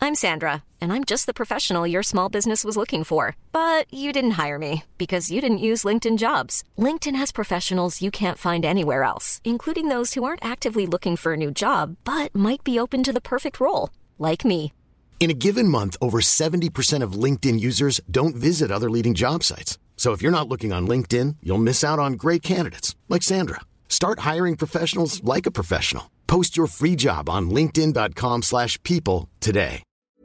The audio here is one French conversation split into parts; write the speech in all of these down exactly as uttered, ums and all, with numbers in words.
I'm Sandra, and I'm just the professional your small business was looking for. But you didn't hire me because you didn't use LinkedIn Jobs. LinkedIn has professionals you can't find anywhere else, including those who aren't actively looking for a new job, but might be open to the perfect role, like me. In a given month, over seventy percent of LinkedIn users don't visit other leading job sites. So if you're not looking on LinkedIn, you'll miss out on great candidates like Sandra. Start hiring professionals like a professional. Post your free job on linkedin.com slash people today.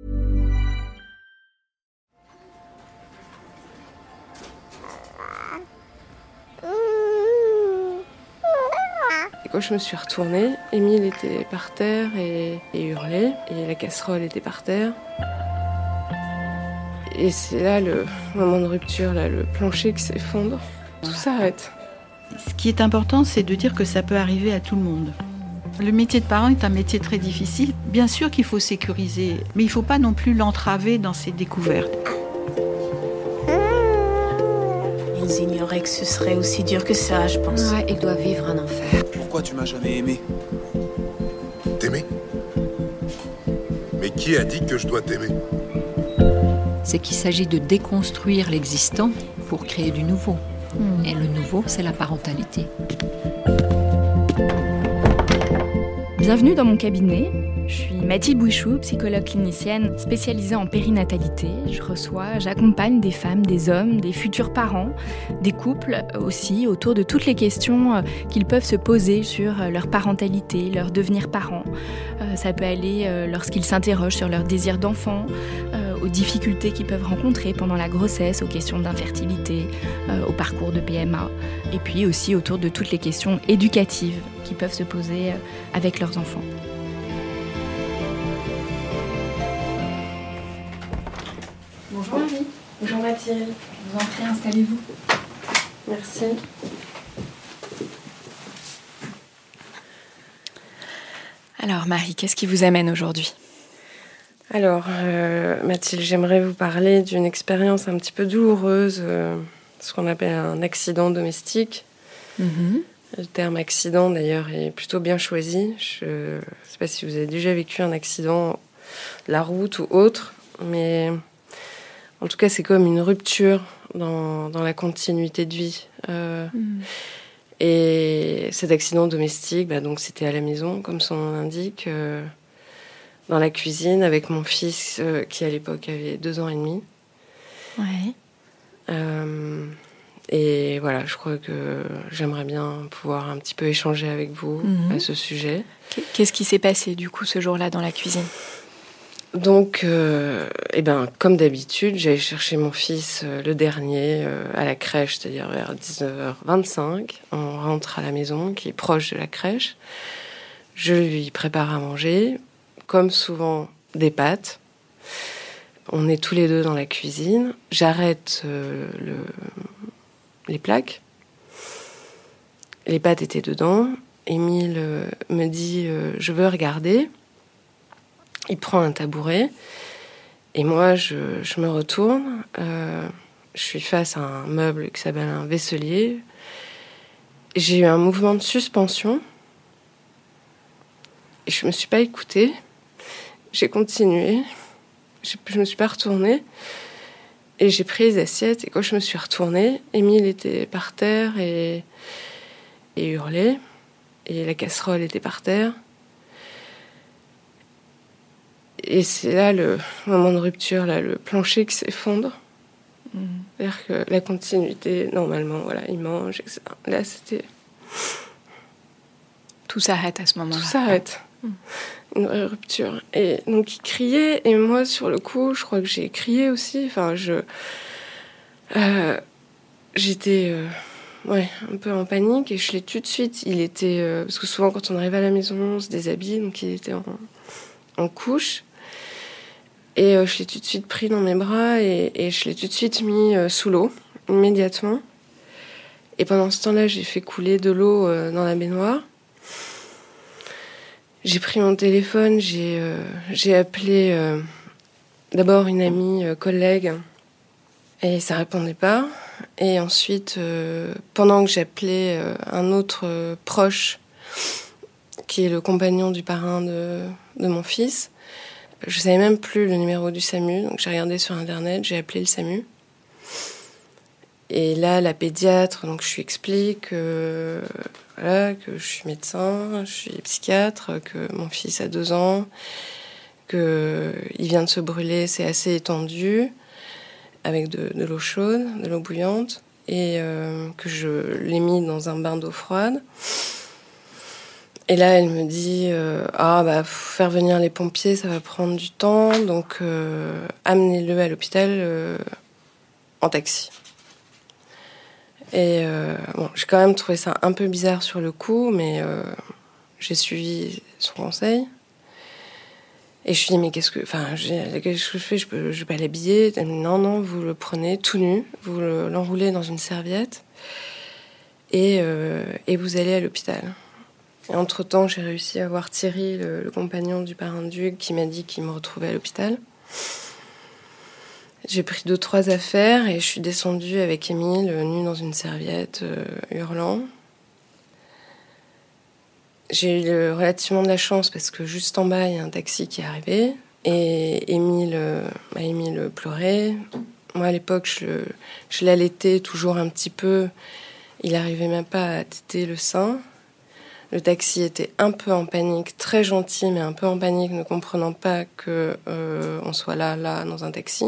Et quand je me suis retournée, Émile était par terre et, et hurlait, et la casserole était par terre. Et c'est là le moment de rupture, là, le plancher qui s'effondre. Tout s'arrête. Ce qui est important, c'est de dire que ça peut arriver à tout le monde. Le métier de parent est un métier très difficile. Bien sûr qu'il faut sécuriser, mais il ne faut pas non plus l'entraver dans ses découvertes. Ils ignoraient que ce serait aussi dur que ça, je pense. Ouais, ils doivent vivre un enfer. Pourquoi tu m'as jamais aimé ? T'aimer ? Mais qui a dit que je dois t'aimer ? C'est qu'il s'agit de déconstruire l'existant pour créer du nouveau. Mmh. Et le nouveau, c'est la parentalité. Bienvenue dans mon cabinet. Je suis Mathilde Bouichou, psychologue clinicienne spécialisée en périnatalité. Je reçois, j'accompagne des femmes, des hommes, des futurs parents, des couples aussi, autour de toutes les questions qu'ils peuvent se poser sur leur parentalité, leur devenir parent. Ça peut aller lorsqu'ils s'interrogent sur leur désir d'enfant, aux difficultés qu'ils peuvent rencontrer pendant la grossesse, aux questions d'infertilité, au parcours de P M A, et puis aussi autour de toutes les questions éducatives qu'ils peuvent se poser avec leurs enfants. Bonjour Marie. Bonjour Mathilde. Je vous en prie, installez-vous. Merci. Alors Marie, qu'est-ce qui vous amène aujourd'hui ? Alors euh, Mathilde, j'aimerais vous parler d'une expérience un petit peu douloureuse, euh, ce qu'on appelle un accident domestique. Mmh. Le terme accident d'ailleurs est plutôt bien choisi. Je ne sais pas si vous avez déjà vécu un accident de la route ou autre, mais en tout cas c'est comme une rupture dans, dans la continuité de vie. Euh, mmh. Et cet accident domestique, bah, donc c'était à la maison, comme son nom l'indique, euh, dans la cuisine avec mon fils euh, qui à l'époque avait deux ans et demi. Ouais. Euh, et voilà, je crois que j'aimerais bien pouvoir un petit peu échanger avec vous mmh. à ce sujet. Qu'est-ce qui s'est passé du coup ce jour-là dans la cuisine ? Donc, euh, eh ben, comme d'habitude, j'allais chercher mon fils, euh, le dernier, euh, à la crèche, c'est-à-dire vers dix-neuf heures vingt-cinq. On rentre à la maison, qui est proche de la crèche. Je lui prépare à manger, comme souvent, des pâtes. On est tous les deux dans la cuisine. J'arrête euh, le, les plaques. Les pâtes étaient dedans. Émile euh, me dit euh, « Je veux regarder ». Il prend un tabouret et moi, je, je me retourne. Euh, je suis face à un meuble qui s'appelle un vaisselier. J'ai eu un mouvement de suspension et je me suis pas écoutée. J'ai continué. Je, je me suis pas retournée et j'ai pris les assiettes. Et quand je me suis retournée, Émile était par terre et, et hurlait. Et la casserole était par terre. Et c'est là le moment de rupture, là, le plancher qui s'effondre. Mmh. C'est-à-dire que la continuité, normalement, voilà, il mange, et cetera. Là, c'était... Tout s'arrête à ce moment-là. Tout s'arrête. Mmh. Une vraie rupture. Et donc, il criait, et moi, sur le coup, je crois que j'ai crié aussi. Enfin, je... Euh, j'étais... Euh, ouais, un peu en panique, et je l'ai tué de suite. Il était... Euh, parce que souvent, quand on arrive à la maison, on se déshabille, donc il était en, en couche. Et euh, je l'ai tout de suite pris dans mes bras et, et je l'ai tout de suite mis euh, sous l'eau, immédiatement. Et pendant ce temps-là, j'ai fait couler de l'eau euh, dans la baignoire. J'ai pris mon téléphone, j'ai, euh, j'ai appelé euh, d'abord une amie, euh, collègue, et ça répondait pas. Et ensuite, euh, pendant que j'appelais euh, un autre euh, proche, qui est le compagnon du parrain de, de mon fils, Je savais même plus le numéro du SAMU, donc j'ai regardé sur Internet, j'ai appelé le SAMU. Et là, la pédiatre, donc je lui explique euh, voilà, que je suis médecin, je suis psychiatre, que mon fils a deux ans, qu'il vient de se brûler, c'est assez étendu, avec de, de l'eau chaude, de l'eau bouillante, et euh, que je l'ai mis dans un bain d'eau froide. Et là, elle me dit euh, « Ah, bah, faut faire venir les pompiers, ça va prendre du temps, donc euh, amenez-le à l'hôpital euh, en taxi. » Et euh, bon, j'ai quand même trouvé ça un peu bizarre sur le coup, mais euh, j'ai suivi son conseil. Et je me suis dit, mais qu'est-ce que, enfin, qu'est-ce que je fais? Je peux, je vais pas l'habiller. Elle me dit, non, non, vous le prenez tout nu, vous le, l'enroulez dans une serviette et, euh, et vous allez à l'hôpital. Et entre-temps, j'ai réussi à voir Thierry, le, le compagnon du parrain de Hugues, qui m'a dit qu'il me retrouvait à l'hôpital. J'ai pris deux, trois affaires et je suis descendue avec Émile, nue dans une serviette, euh, hurlant. J'ai eu le, relativement de la chance parce que juste en bas, il y a un taxi qui est arrivé. Et Émile, euh, bah, Émile pleurait. Moi, à l'époque, je, je l'allaitais toujours un petit peu. Il n'arrivait même pas à téter le sein. Le taxi était un peu en panique, très gentil, mais un peu en panique, ne comprenant pas qu'on euh, soit là, là, dans un taxi.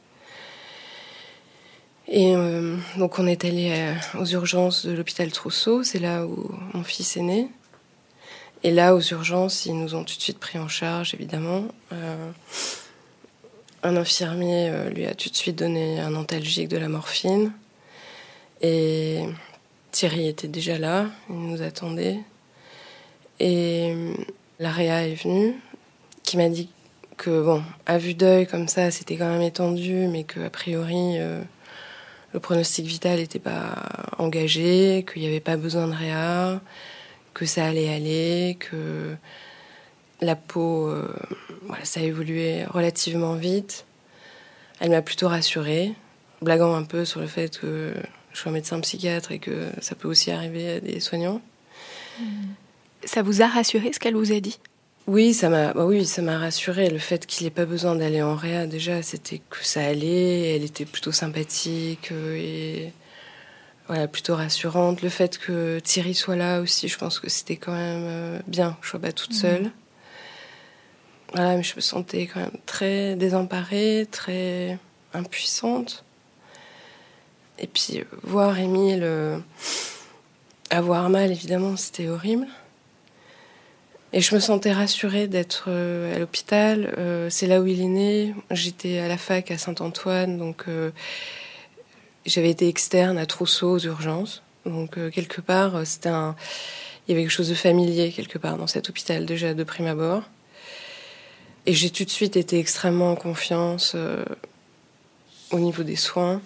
Et euh, donc on est allé à, aux urgences de l'hôpital Trousseau, c'est là où mon fils est né. Et là, aux urgences, ils nous ont tout de suite pris en charge, évidemment. Euh, un infirmier euh, lui a tout de suite donné un antalgique, de la morphine. Et Thierry était déjà là, il nous attendait. Et la réa est venue, qui m'a dit que, bon, à vue d'œil, comme ça, c'était quand même étendu, mais qu'a priori... Euh, le pronostic vital n'était pas engagé, qu'il n'y avait pas besoin de réa, que ça allait aller, que la peau, euh, voilà, ça évoluait relativement vite. Elle m'a plutôt rassurée, blaguant un peu sur le fait que je sois médecin psychiatre et que ça peut aussi arriver à des soignants. Ça vous a rassuré ce qu'elle vous a dit ? Oui, ça m'a, bah oui, ça m'a rassurée. Le fait qu'il n'ait pas besoin d'aller en réa, déjà, c'était que ça allait. Elle était plutôt sympathique et voilà, plutôt rassurante. Le fait que Thierry soit là aussi, je pense que c'était quand même bien. Je ne sois pas toute seule. Mmh. Voilà, mais je me sentais quand même très désemparée, très impuissante. Et puis, voir Émile euh, avoir mal, évidemment, c'était horrible. Et je me sentais rassurée d'être euh, à l'hôpital. Euh, c'est là où il est né. J'étais à la fac à Saint-Antoine, donc euh, j'avais été externe à Trousseau aux urgences. Donc euh, quelque part, c'était un... il y avait quelque chose de familier quelque part dans cet hôpital, déjà de prime abord. Et j'ai tout de suite été extrêmement en confiance euh, au niveau des soins.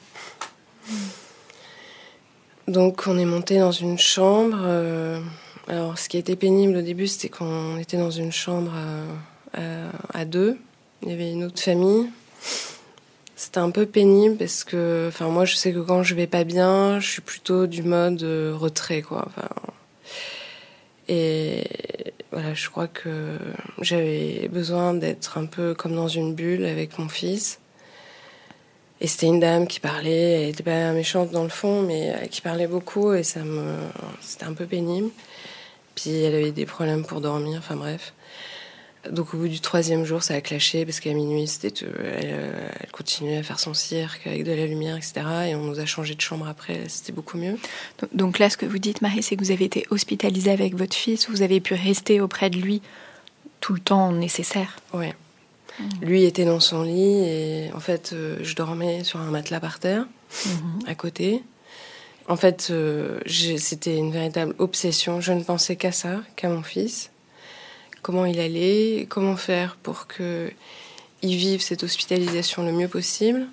Donc on est monté dans une chambre... Euh, Alors, ce qui a été pénible au début, c'était qu'on était dans une chambre à, à, à deux. Il y avait une autre famille. C'était un peu pénible parce que, enfin, moi, je sais que quand je vais pas bien, je suis plutôt du mode retrait, quoi. Enfin, et voilà, je crois que j'avais besoin d'être un peu comme dans une bulle avec mon fils. Et c'était une dame qui parlait, elle était pas méchante dans le fond, mais qui parlait beaucoup et ça me, c'était un peu pénible. Puis elle avait des problèmes pour dormir, enfin bref. Donc au bout du troisième jour, ça a clashé parce qu'à minuit, c'était tout, elle, elle continuait à faire son cirque avec de la lumière, et cetera. Et on nous a changé de chambre après, c'était beaucoup mieux. Donc là, ce que vous dites, Marie, c'est que vous avez été hospitalisée avec votre fils, vous avez pu rester auprès de lui tout le temps nécessaire. Oui. Mmh. Lui était dans son lit et en fait, euh, je dormais sur un matelas par terre, mmh. à côté. En fait, euh, c'était une véritable obsession. Je ne pensais qu'à ça, qu'à mon fils. Comment il allait, comment faire pour qu'il vive cette hospitalisation le mieux possible.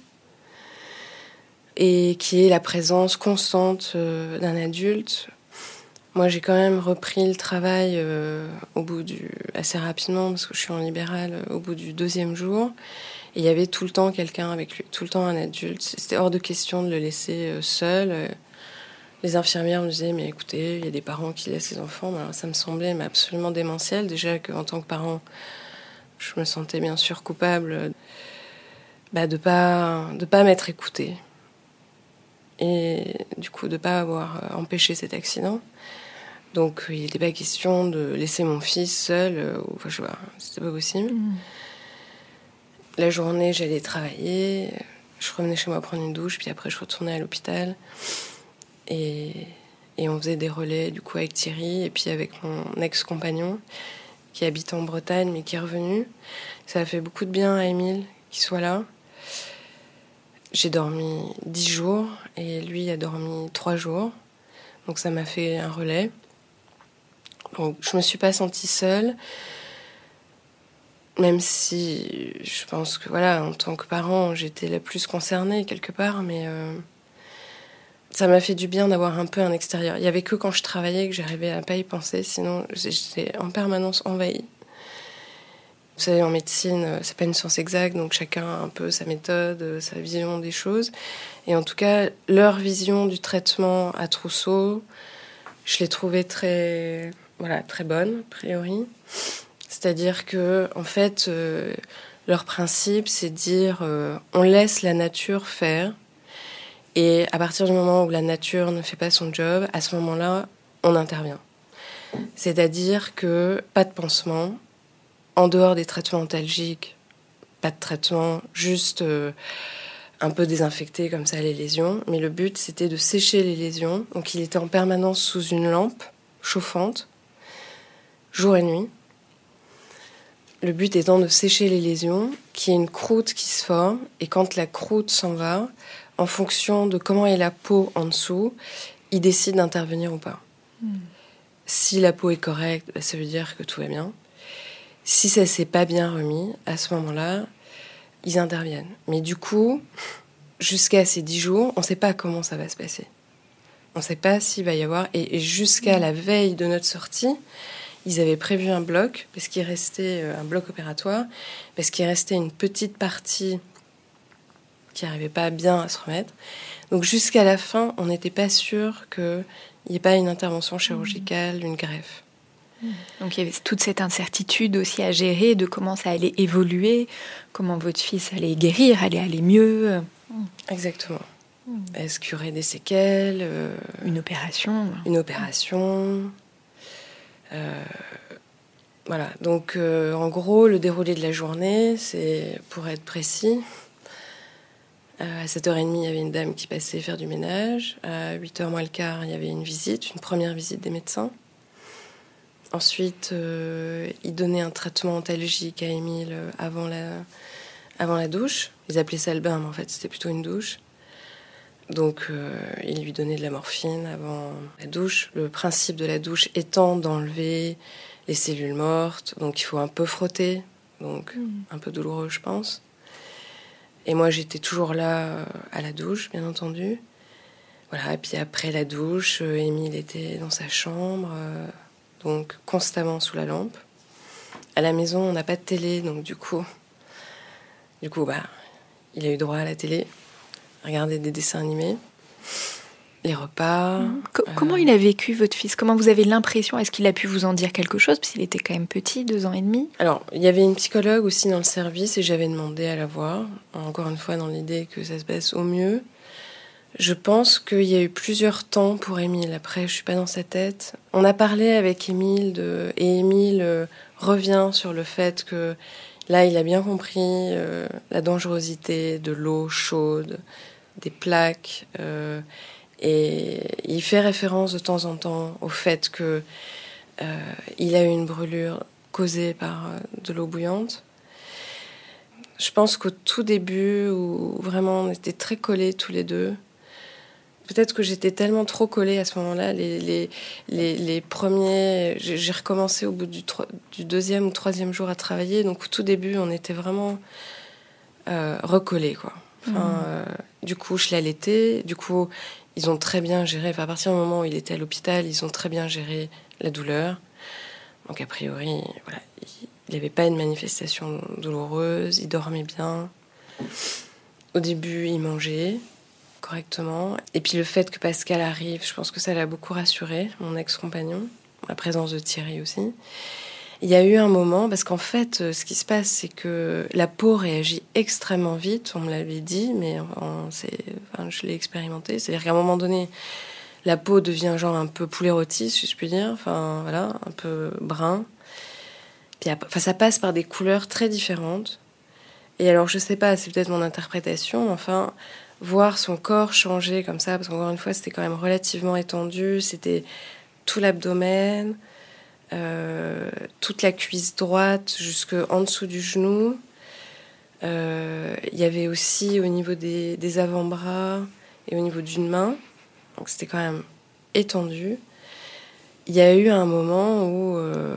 Et qu'il y ait la présence constante euh, d'un adulte. Moi, j'ai quand même repris le travail euh, au bout du, assez rapidement, parce que je suis en libéral euh, au bout du deuxième jour. Et il y avait tout le temps quelqu'un avec lui, tout le temps un adulte. C'était hors de question de le laisser euh, seul. Euh, Les infirmières me disaient, mais écoutez, il y a des parents qui laissent les enfants. Alors, ça me semblait mais absolument démentiel. Déjà qu'en tant que parent, Je me sentais bien sûr coupable bah, de ne pas, de pas m'être écoutée. Et du coup, de ne pas avoir empêché cet accident. Donc, il n'était pas question de laisser mon fils seul. Euh, enfin, je vois, c'était pas possible. Mmh. La journée, j'allais travailler. Je revenais chez moi prendre une douche. Puis après, je retournais à l'hôpital. Et, et on faisait des relais, du coup, avec Thierry. Et puis avec mon ex-compagnon, qui habite en Bretagne, mais qui est revenu. Ça a fait beaucoup de bien à Émile qu'il soit là. J'ai dormi dix jours. Et lui a dormi trois jours. Donc, ça m'a fait un relais. Donc, je me suis pas sentie seule, même si je pense que, voilà, en tant que parent, j'étais la plus concernée quelque part, mais euh, ça m'a fait du bien d'avoir un peu un extérieur. Il y avait que quand je travaillais que j'arrivais à pas y penser, sinon j'étais en permanence envahie. Vous savez, en médecine, c'est pas une science exacte, donc chacun a un peu sa méthode, sa vision des choses. Et en tout cas, leur vision du traitement à Trousseau, je l'ai trouvée très... Voilà, très bonne, a priori. C'est-à-dire que, en fait, euh, leur principe, c'est de dire euh, on laisse la nature faire. Et à partir du moment où la nature ne fait pas son job, à ce moment-là, on intervient. C'est-à-dire que pas de pansement, en dehors des traitements antalgiques, pas de traitement, juste euh, un peu désinfecter comme ça les lésions. Mais le but, c'était de sécher les lésions. Donc, il était en permanence sous une lampe chauffante, jour et nuit. Le but étant de sécher les lésions, qu'il y ait une croûte qui se forme, et quand la croûte s'en va, en fonction de comment est la peau en dessous, il décide d'intervenir ou pas. Mmh. Si la peau est correcte, bah, ça veut dire que tout va bien. Si ça s'est pas bien remis, à ce moment-là, ils interviennent. Mais du coup, jusqu'à ces dix jours, on ne sait pas comment ça va se passer. On ne sait pas s'il va y avoir... Et, et jusqu'à mmh. la veille de notre sortie, ils avaient prévu un bloc, parce qu'il restait un bloc opératoire, parce qu'il restait une petite partie qui n'arrivait pas bien à se remettre. Donc jusqu'à la fin, on n'était pas sûr qu'il n'y ait pas une intervention chirurgicale, mmh. une greffe. Donc il y avait toute cette incertitude aussi à gérer de comment ça allait évoluer, comment votre fils allait guérir, allait aller mieux. Exactement. Mmh. Est-ce qu'il y aurait des séquelles euh, Une opération Une opération... Euh, voilà, donc euh, en gros, le déroulé de la journée, c'est, pour être précis, euh, à sept heures trente, il y avait une dame qui passait faire du ménage. À huit heures moins le quart, il y avait une visite, une première visite des médecins. Ensuite, euh, ils donnaient un traitement antalgique à Émile avant la, avant la douche. Ils appelaient ça le bain, mais en fait, c'était plutôt une douche. Donc, euh, il lui donnait de la morphine avant la douche. Le principe de la douche étant d'enlever les cellules mortes. Donc, il faut un peu frotter. Donc, mmh. un peu douloureux, je pense. Et moi, j'étais toujours là euh, à la douche, bien entendu. Voilà, et puis après la douche, euh, Émile était dans sa chambre, euh, donc constamment sous la lampe. À la maison, on n'a pas de télé, donc du coup, du coup, bah, il a eu droit à la télé. Regarder des dessins animés, les repas. Mmh. Co- euh... Comment il a vécu, votre fils ? Comment vous avez l'impression ? Est-ce qu'il a pu vous en dire quelque chose ? Parce qu'il était quand même petit, deux ans et demi. Alors, il y avait une psychologue aussi dans le service et j'avais demandé à la voir. Encore une fois, dans l'idée que ça se passe au mieux. Je pense qu'il y a eu plusieurs temps pour Émile. Après, je suis pas dans sa tête. On a parlé avec Émile de... et Émile euh, revient sur le fait que là, il a bien compris euh, la dangerosité de l'eau chaude, des plaques, euh, et il fait référence de temps en temps au fait que euh, il a eu une brûlure causée par euh, de l'eau bouillante. Je pense qu'au tout début, où vraiment on était très collés tous les deux, peut-être que j'étais tellement trop collée à ce moment-là, les, les, les, les premiers... J'ai, j'ai recommencé au bout du, tro- du deuxième ou troisième jour à travailler, donc au tout début, on était vraiment euh, recollés, quoi. Enfin, mmh. euh, du coup, je l'allaitais. Du coup, ils ont très bien géré. Enfin, à partir du moment où il était à l'hôpital, ils ont très bien géré la douleur. Donc, a priori, voilà, il n'avait pas une manifestation douloureuse. Il dormait bien. Au début, il mangeait correctement. Et puis, le fait que Pascal arrive, je pense que ça l'a beaucoup rassuré, mon ex-compagnon. La présence de Thierry aussi. Il y a eu un moment, parce qu'en fait, ce qui se passe, c'est que la peau réagit extrêmement vite, on me l'avait dit, mais on, c'est, enfin, je l'ai expérimenté. C'est-à-dire qu'à un moment donné, la peau devient genre un peu poulet rôti, si je puis dire, enfin voilà, un peu brun. Puis, enfin, ça passe par des couleurs très différentes. Et alors, je sais pas, c'est peut-être mon interprétation, mais enfin, voir son corps changer comme ça, parce qu'encore une fois, c'était quand même relativement étendu, c'était tout l'abdomen, euh, toute la cuisse droite jusqu'en dessous du genou. Euh, il y avait aussi au niveau des, des avant-bras et au niveau d'une main, donc c'était quand même étendu. Il y a eu un moment où... Euh,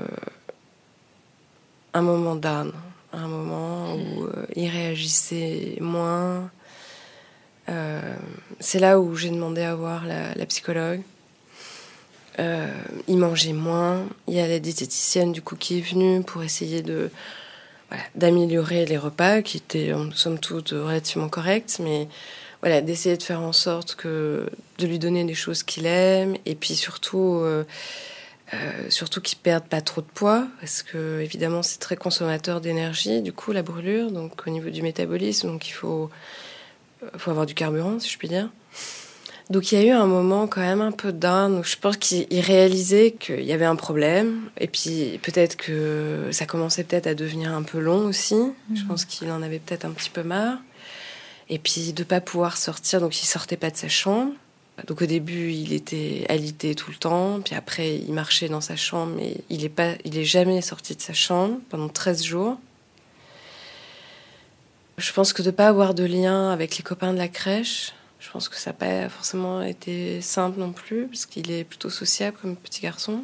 un moment d'âne, un moment où euh, il réagissait moins. Euh, c'est là où j'ai demandé à voir la, la psychologue. Euh, il mangeait moins. Il y a la diététicienne du coup qui est venue pour essayer de, voilà, d'améliorer les repas qui étaient somme toute relativement corrects, mais voilà, d'essayer de faire en sorte que de lui donner des choses qu'il aime et puis surtout euh, Euh, surtout qu'ils perdent pas trop de poids, parce que évidemment c'est très consommateur d'énergie, du coup la brûlure, donc au niveau du métabolisme, donc il faut, faut avoir du carburant, si je puis dire. Donc il y a eu un moment quand même un peu down où je pense qu'il réalisait qu'il y avait un problème, et puis peut-être que ça commençait peut-être à devenir un peu long aussi. Mmh. Je pense qu'il en avait peut-être un petit peu marre, et puis de pas pouvoir sortir, donc il sortait pas de sa chambre. Donc au début, il était alité tout le temps, puis après, il marchait dans sa chambre, mais il est pas, il est jamais sorti de sa chambre pendant treize jours. Je pense que de pas avoir de lien avec les copains de la crèche, je pense que ça n'a pas forcément été simple non plus, parce qu'il est plutôt sociable comme petit garçon.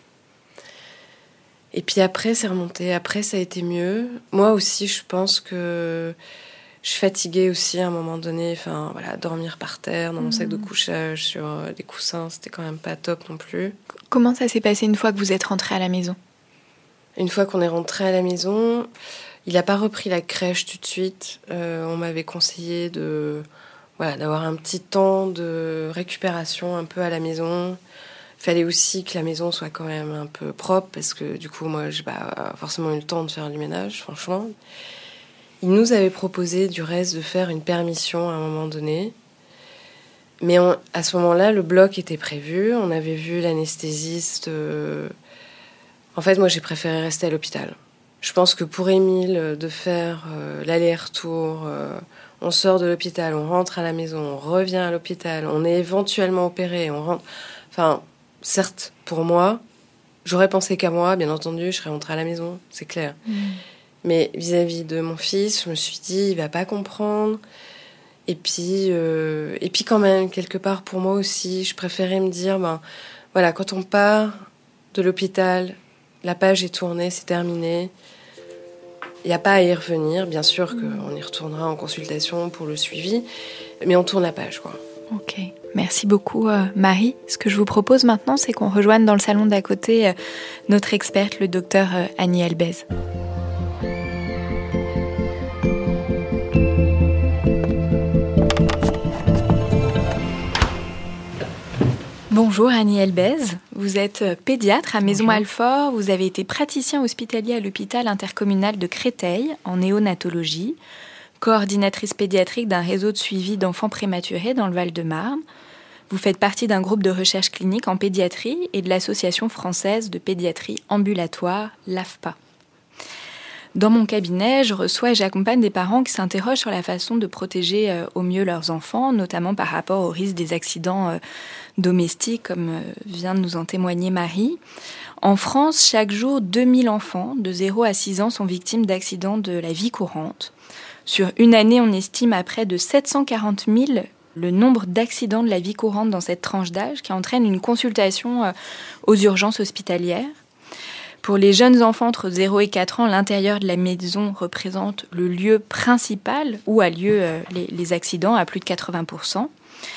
Et puis après, c'est remonté. Après, ça a été mieux. Moi aussi, je pense que je suis fatiguée aussi à un moment donné. Enfin, voilà, dormir par terre, dans mon sac de couchage, sur des coussins, c'était quand même pas top non plus. Comment ça s'est passé une fois que vous êtes rentrée à la maison ? Une fois qu'on est rentré à la maison, il n'a pas repris la crèche tout de suite. Euh, on m'avait conseillé de, voilà, d'avoir un petit temps de récupération un peu à la maison. Il fallait aussi que la maison soit quand même un peu propre, parce que du coup, moi, j'ai pas forcément eu le temps de faire du ménage, franchement. Il nous avait proposé du reste de faire une permission à un moment donné. Mais on, à ce moment-là, le bloc était prévu. On avait vu l'anesthésiste. Euh... En fait, moi, j'ai préféré rester à l'hôpital. Je pense que pour Émile, de faire euh, l'aller-retour, euh, on sort de l'hôpital, on rentre à la maison, on revient à l'hôpital, on est éventuellement opéré, on rentre... Enfin, certes, pour moi, j'aurais pensé qu'à moi, bien entendu, je serais rentrée à la maison, c'est clair. Mmh. Mais vis-à-vis de mon fils, je me suis dit, il va pas comprendre. Et puis, euh, et puis quand même, quelque part, pour moi aussi, je préférais me dire, ben, voilà, quand on part de l'hôpital, la page est tournée, c'est terminé. Il n'y a pas à y revenir. Bien sûr qu'on y retournera en consultation pour le suivi, mais on tourne la page, quoi. Ok, merci beaucoup euh, Marie. Ce que je vous propose maintenant, c'est qu'on rejoigne dans le salon d'à côté euh, notre experte, le docteur euh, Annie Elbez. Bonjour Annie Elbez, vous êtes pédiatre à Maisons-Alfort, vous avez été praticien hospitalier à l'hôpital intercommunal de Créteil en néonatologie, coordinatrice pédiatrique d'un réseau de suivi d'enfants prématurés dans le Val-de-Marne. Vous faites partie d'un groupe de recherche clinique en pédiatrie et de l'Association française de pédiatrie ambulatoire, l'A F P A. Dans mon cabinet, je reçois et j'accompagne des parents qui s'interrogent sur la façon de protéger euh, au mieux leurs enfants, notamment par rapport au risque des accidents euh, domestiques, comme euh, vient de nous en témoigner Marie. En France, chaque jour, deux mille enfants de zéro à six ans sont victimes d'accidents de la vie courante. Sur une année, on estime à près de sept cent quarante mille le nombre d'accidents de la vie courante dans cette tranche d'âge qui entraîne une consultation euh, aux urgences hospitalières. Pour les jeunes enfants entre zéro et quatre ans, l'intérieur de la maison représente le lieu principal où a lieu euh, les, les accidents à plus de quatre-vingts pour cent.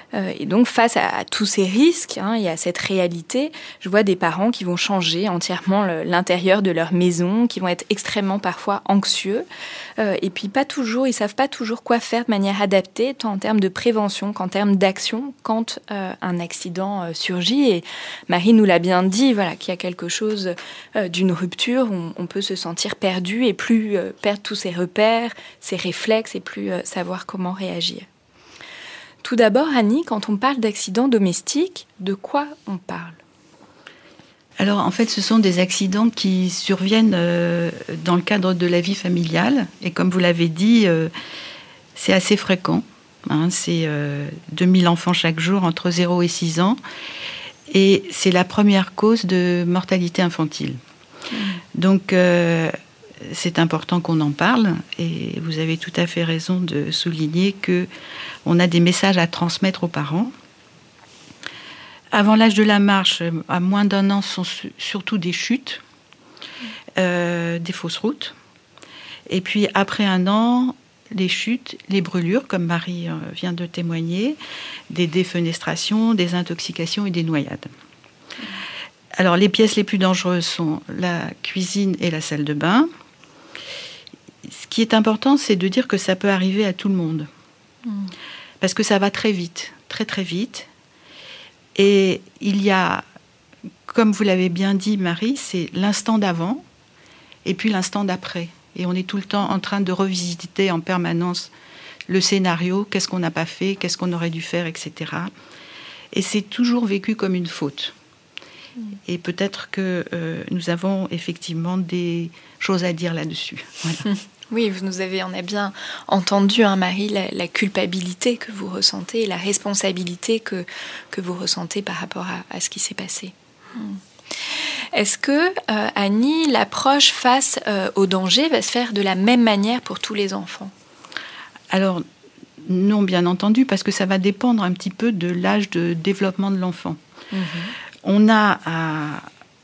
Euh, et donc, face à, à tous ces risques hein, et à cette réalité, je vois des parents qui vont changer entièrement le, l'intérieur de leur maison, qui vont être extrêmement parfois anxieux. Euh, et puis, pas toujours, ils savent pas toujours quoi faire de manière adaptée, tant en termes de prévention qu'en termes d'action, quand euh, un accident euh, surgit. Et Marie nous l'a bien dit, voilà, qu'il y a quelque chose euh, d'une rupture, on, on peut se sentir perdu et plus euh, perdre tous ses repères, ses réflexes et plus euh, savoir comment réagir. Tout d'abord, Annie, quand on parle d'accidents domestiques, de quoi on parle ? Alors, en fait, ce sont des accidents qui surviennent euh, dans le cadre de la vie familiale. Et comme vous l'avez dit, euh, c'est assez fréquent. Hein, c'est euh, deux mille enfants chaque jour entre zéro et six ans. Et c'est la première cause de mortalité infantile. Mmh. Donc, euh, c'est important qu'on en parle. Et vous avez tout à fait raison de souligner qu'on a des messages à transmettre aux parents. Avant l'âge de la marche, à moins d'un an, sont surtout des chutes, euh, des fausses routes. Et puis après un an, les chutes, les brûlures, comme Marie vient de témoigner, des défenestrations, des intoxications et des noyades. Alors les pièces les plus dangereuses sont la cuisine et la salle de bain. Ce qui est important, c'est de dire que ça peut arriver à tout le monde. Parce que ça va très vite, très très vite. Et il y a, comme vous l'avez bien dit, Marie, c'est l'instant d'avant et puis l'instant d'après. Et on est tout le temps en train de revisiter en permanence le scénario, qu'est-ce qu'on n'a pas fait, qu'est-ce qu'on aurait dû faire, et cetera. Et c'est toujours vécu comme une faute. Et peut-être que euh, nous avons effectivement des choses à dire là-dessus. Voilà. Oui, vous nous avez, on a bien entendu, hein, Marie, la, la culpabilité que vous ressentez, la responsabilité que, que vous ressentez par rapport à, à ce qui s'est passé. Hmm. Est-ce que, euh, Annie, l'approche face euh, au danger va se faire de la même manière pour tous les enfants ? Alors, non, bien entendu, parce que ça va dépendre un petit peu de l'âge de développement de l'enfant. Mmh. On a à...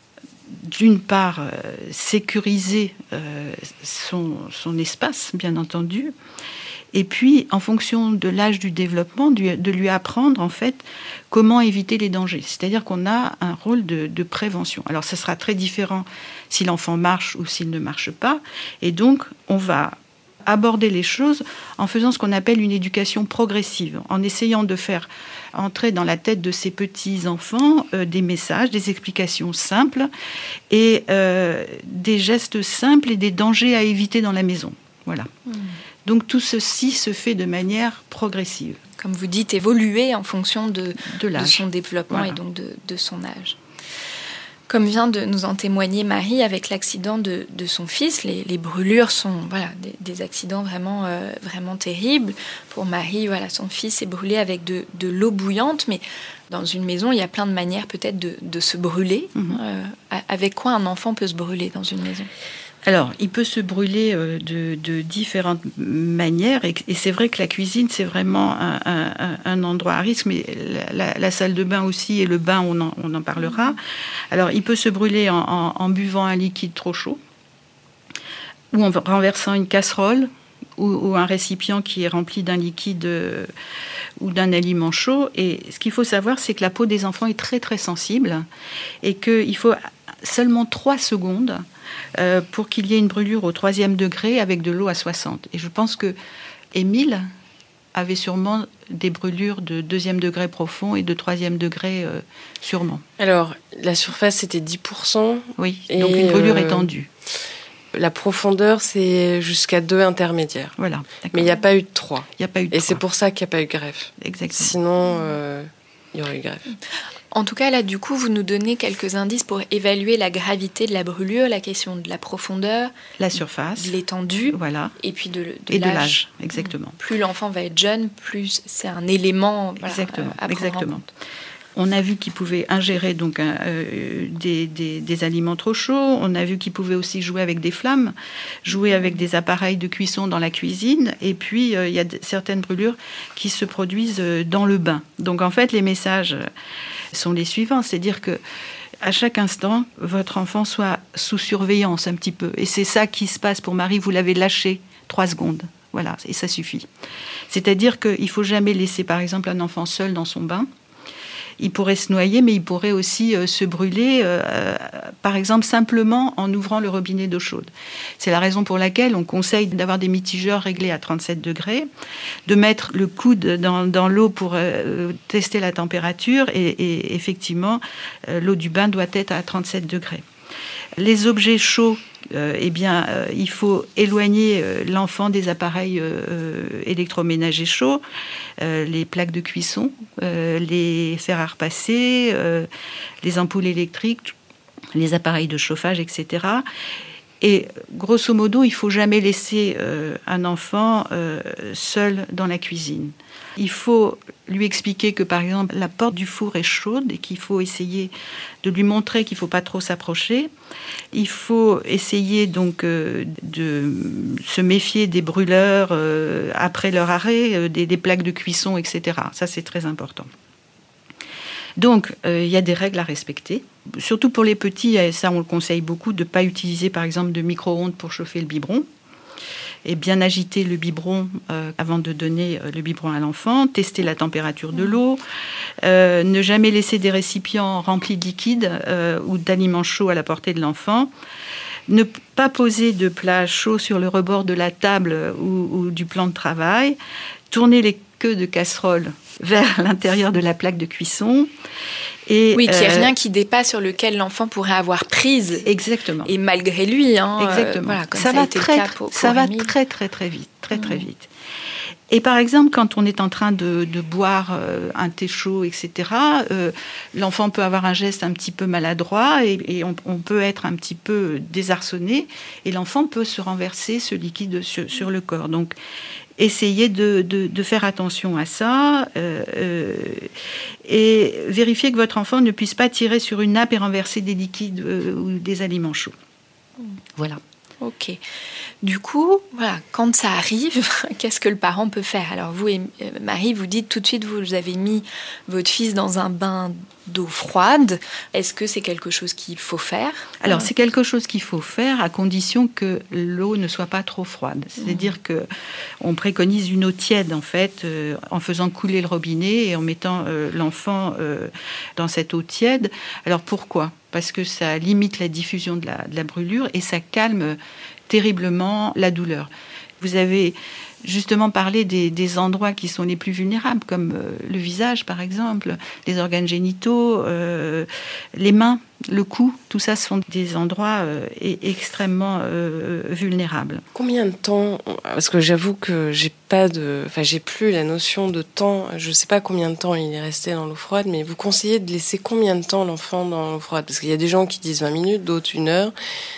d'une part, euh, sécuriser euh, son, son espace, bien entendu, et puis, en fonction de l'âge du développement, du, de lui apprendre, en fait, comment éviter les dangers. C'est-à-dire qu'on a un rôle de, de prévention. Alors, ça sera très différent si l'enfant marche ou s'il ne marche pas, et donc, on va aborder les choses en faisant ce qu'on appelle une éducation progressive, en essayant de faire entrer dans la tête de ces petits-enfants euh, des messages, des explications simples et euh, des gestes simples et des dangers à éviter dans la maison. Voilà. Mmh. Donc tout ceci se fait de manière progressive. Comme vous dites, évoluer en fonction de, de, de son développement voilà. Et donc de, de son âge. Comme vient de nous en témoigner Marie avec l'accident de, de son fils, les, les brûlures sont voilà, des, des accidents vraiment, euh, vraiment terribles. Pour Marie, voilà, son fils est brûlé avec de, de l'eau bouillante, mais dans une maison, il y a plein de manières peut-être de, de se brûler. Mmh. Euh, avec quoi un enfant peut se brûler dans une maison ? Alors, il peut se brûler de, de différentes manières, et, et c'est vrai que la cuisine, c'est vraiment un, un, un endroit à risque, mais la, la, la salle de bain aussi, et le bain, on en, on en parlera. Alors, il peut se brûler en, en, en buvant un liquide trop chaud, ou en renversant une casserole, ou, ou un récipient qui est rempli d'un liquide euh, ou d'un aliment chaud. Et ce qu'il faut savoir, c'est que la peau des enfants est très, très sensible, et qu'il faut seulement trois secondes Euh, pour qu'il y ait une brûlure au troisième degré avec de l'eau à soixante. Et je pense que Émile avait sûrement des brûlures de deuxième degré profond et de troisième degré euh, sûrement. Alors, la surface, c'était dix pour cent. Oui, donc une brûlure euh, étendue. La profondeur, c'est jusqu'à deux intermédiaires. Voilà. Mais il n'y a pas eu de trois. Il n'y a pas eu de Et trois. c'est pour ça qu'il n'y a pas eu de greffe. Exactement. Sinon, euh, il y aurait eu greffe. En tout cas, là, du coup, vous nous donnez quelques indices pour évaluer la gravité de la brûlure, la question de la profondeur, la surface, de l'étendue, voilà, et puis de, de et l'âge. de l'âge. Exactement. Plus l'enfant va être jeune, plus c'est un élément voilà, exactement, à prendre exactement. en compte. On a vu qu'il pouvait ingérer donc un, euh, des, des, des aliments trop chauds. On a vu qu'il pouvait aussi jouer avec des flammes, jouer avec des appareils de cuisson dans la cuisine. Et puis, il euh, y a d- certaines brûlures qui se produisent euh, dans le bain. Donc, en fait, les messages sont les suivants. C'est-à-dire que à chaque instant, votre enfant soit sous surveillance un petit peu. Et c'est ça qui se passe pour Marie. Vous l'avez lâché trois secondes. Voilà, et ça suffit. C'est-à-dire qu'il ne faut jamais laisser, par exemple, un enfant seul dans son bain. Il pourrait se noyer, mais il pourrait aussi euh, se brûler, euh, par exemple, simplement en ouvrant le robinet d'eau chaude. C'est la raison pour laquelle on conseille d'avoir des mitigeurs réglés à trente-sept degrés, de mettre le coude dans, dans l'eau pour euh, tester la température, et, et effectivement, euh, l'eau du bain doit être à trente-sept degrés. Les objets chauds, euh, eh bien, euh, il faut éloigner euh, l'enfant des appareils euh, électroménagers chauds, euh, les plaques de cuisson, euh, les fers à repasser, euh, les ampoules électriques, les appareils de chauffage, et cetera. Et grosso modo, il ne faut jamais laisser euh, un enfant euh, seul dans la cuisine. Il faut lui expliquer que, par exemple, la porte du four est chaude et qu'il faut essayer de lui montrer qu'il ne faut pas trop s'approcher. Il faut essayer donc euh, de se méfier des brûleurs euh, après leur arrêt, euh, des, des plaques de cuisson, et cetera. Ça, c'est très important. Donc, euh, il y a des règles à respecter. Surtout pour les petits, et ça on le conseille beaucoup, de ne pas utiliser par exemple de micro-ondes pour chauffer le biberon. Et bien agiter le biberon euh, avant de donner euh, le biberon à l'enfant, tester la température de l'eau, euh, ne jamais laisser des récipients remplis de liquide euh, ou d'aliments chauds à la portée de l'enfant, ne pas poser de plats chauds sur le rebord de la table ou, ou du plan de travail, tourner les queues de casserole vers l'intérieur de la plaque de cuisson. Et, oui, qu'il n'y ait euh, rien qui dépasse sur lequel l'enfant pourrait avoir prise. Exactement. Et malgré lui, hein, exactement. Euh, voilà, comme ça, ça, va a été très, le cas pour, pour ça va Émile. très très très vite, très très Mmh. vite. Et par exemple, quand on est en train de, de boire euh, un thé chaud, et cetera, euh, l'enfant peut avoir un geste un petit peu maladroit et, et on, on peut être un petit peu désarçonné et l'enfant peut se renverser ce liquide sur, sur le corps. Donc, essayez de, de, de faire attention à ça euh, euh, et vérifier que votre enfant ne puisse pas tirer sur une nappe et renverser des liquides euh, ou des aliments chauds. Voilà. Ok. Du coup, voilà, quand ça arrive, qu'est-ce que le parent peut faire ? Alors vous et Marie, vous dites tout de suite, vous avez mis votre fils dans un bain d'eau froide. Est-ce que c'est quelque chose qu'il faut faire ? Alors c'est quelque chose qu'il faut faire à condition que l'eau ne soit pas trop froide. C'est-à-dire que on préconise une eau tiède en fait, euh, en faisant couler le robinet et en mettant euh, l'enfant euh, dans cette eau tiède. Alors pourquoi ? Parce que ça limite la diffusion de la, de la brûlure et ça calme terriblement la douleur. Vous avez justement parlé des, des endroits qui sont les plus vulnérables, comme euh, le visage par exemple, les organes génitaux, euh, les mains, le cou, tout ça sont des endroits euh, extrêmement euh, vulnérables. Combien de temps ? Parce que j'avoue que j'ai pas de, enfin j'ai plus la notion de temps. Je sais pas combien de temps il est resté dans l'eau froide, mais vous conseillez de laisser combien de temps l'enfant dans l'eau froide ? Parce qu'il y a des gens qui disent vingt minutes, d'autres une heure.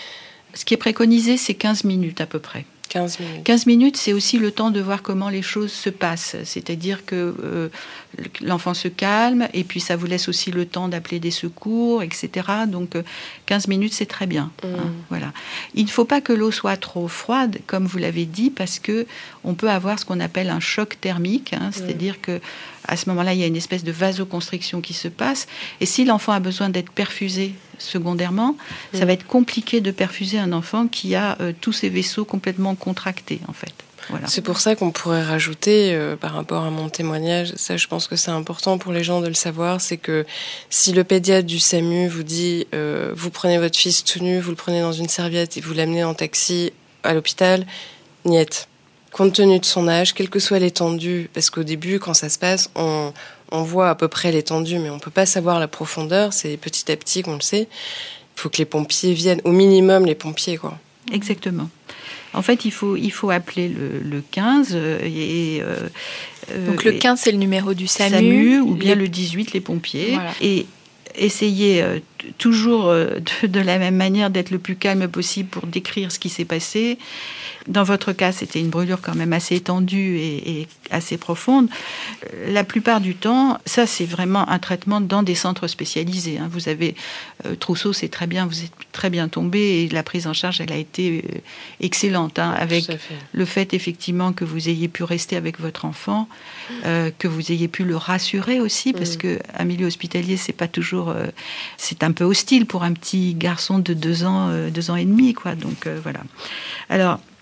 Ce qui est préconisé, c'est quinze minutes à peu près. quinze minutes. quinze minutes, c'est aussi le temps de voir comment les choses se passent. C'est-à-dire que euh, l'enfant se calme et puis ça vous laisse aussi le temps d'appeler des secours, et cetera. Donc euh, quinze minutes, c'est très bien. Mmh. Hein, voilà. Il ne faut pas que l'eau soit trop froide, comme vous l'avez dit, parce que on peut avoir ce qu'on appelle un choc thermique. Hein, c'est-à-dire mmh. que à ce moment-là, il y a une espèce de vasoconstriction qui se passe. Et si l'enfant a besoin d'être perfusé secondairement, mmh. ça va être compliqué de perfuser un enfant qui a euh, tous ses vaisseaux complètement contractés, en fait. Voilà. C'est pour ça qu'on pourrait rajouter, euh, par rapport à mon témoignage, ça je pense que c'est important pour les gens de le savoir, c'est que si le pédiatre du SAMU vous dit euh, vous prenez votre fils tout nu, vous le prenez dans une serviette et vous l'amenez en taxi à l'hôpital, niet. Compte tenu de son âge, quelle que soit l'étendue, parce qu'au début, quand ça se passe, on, on voit à peu près l'étendue, mais on ne peut pas savoir la profondeur, c'est petit à petit qu'on le sait. Il faut que les pompiers viennent, au minimum les pompiers, quoi. Exactement. En fait, il faut, il faut appeler le, le quinze. Et, euh, Donc le quinze, c'est le numéro du SAMU. SAMU ou bien les... le dix-huit, les pompiers. Voilà. Et essayer euh, t- toujours euh, de, de la même manière d'être le plus calme possible pour décrire ce qui s'est passé. Dans votre cas, c'était une brûlure quand même assez étendue et, et assez profonde. La plupart du temps, ça, c'est vraiment un traitement dans des centres spécialisés. Hein. Vous avez euh, Trousseau, c'est très bien, vous êtes très bien tombé et la prise en charge, elle a été euh, excellente. Hein, avec fait. le fait, effectivement, que vous ayez pu rester avec votre enfant, euh, que vous ayez pu le rassurer aussi, parce mmh. qu'un milieu hospitalier, c'est pas toujours... Euh, c'est un peu hostile pour un petit garçon de deux ans, euh, deux ans et demi, quoi. Donc, euh, voilà. Alors...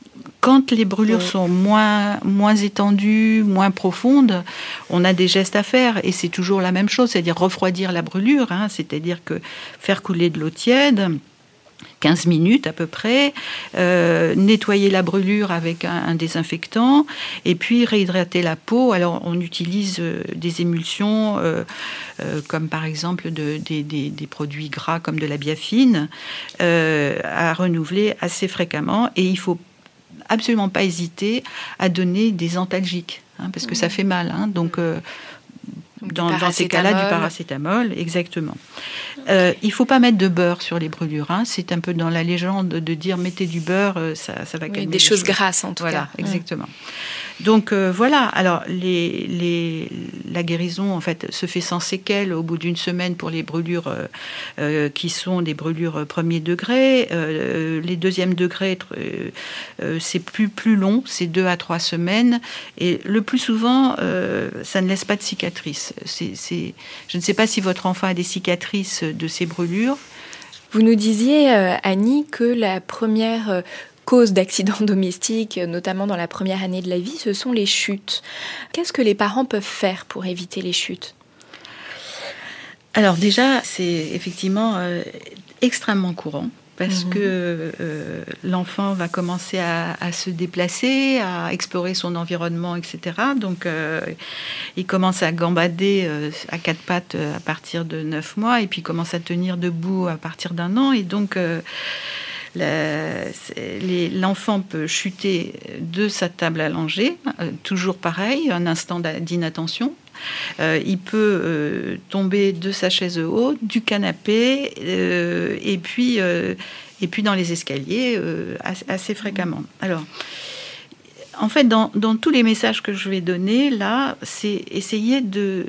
Quand les brûlures Ouais. sont moins, moins étendues, moins profondes, on a des gestes à faire et c'est toujours la même chose, c'est-à-dire refroidir la brûlure, hein, c'est-à-dire que faire couler de l'eau tiède, quinze minutes à peu près, euh, nettoyer la brûlure avec un, un désinfectant et puis réhydrater la peau. Alors on utilise euh, des émulsions euh, euh, comme par exemple de, des, des, des produits gras comme de la biafine euh, à renouveler assez fréquemment et il faut absolument pas hésiter à donner des antalgiques hein, parce que ça fait mal. Hein, donc euh, Dans, dans ces cas-là, du paracétamol, exactement. Euh, il ne faut pas mettre de beurre sur les brûlures. Hein. C'est un peu dans la légende de dire mettez du beurre, ça, ça va calmer. Oui, des choses grasses en tout voilà, cas. Voilà, exactement. Mmh. Donc euh, voilà. Alors les, les, la guérison en fait se fait sans séquelles au bout d'une semaine pour les brûlures euh, euh, qui sont des brûlures premier degré. Euh, les deuxième degré, euh, euh, c'est plus plus long, c'est deux à trois semaines. Et le plus souvent, euh, ça ne laisse pas de cicatrices. C'est, c'est... Je ne sais pas si votre enfant a des cicatrices de ces brûlures. Vous nous disiez, euh, Annie, que la première euh, cause d'accident domestique, notamment dans la première année de la vie, ce sont les chutes. Qu'est-ce que les parents peuvent faire pour éviter les chutes ? Alors déjà, c'est effectivement euh, extrêmement courant. Parce mmh. que euh, l'enfant va commencer à, à se déplacer, à explorer son environnement, et cetera. Donc, euh, il commence à gambader euh, à quatre pattes à partir de neuf mois, et puis il commence à tenir debout à partir d'un an. Et donc, euh, la, les, l'enfant peut chuter de sa table allongée, euh, toujours pareil, un instant d'inattention. Euh, il peut euh, tomber de sa chaise haute, du canapé, euh, et puis euh, et puis dans les escaliers euh, assez, assez fréquemment. Alors, en fait, dans, dans tous les messages que je vais donner là, c'est essayer de,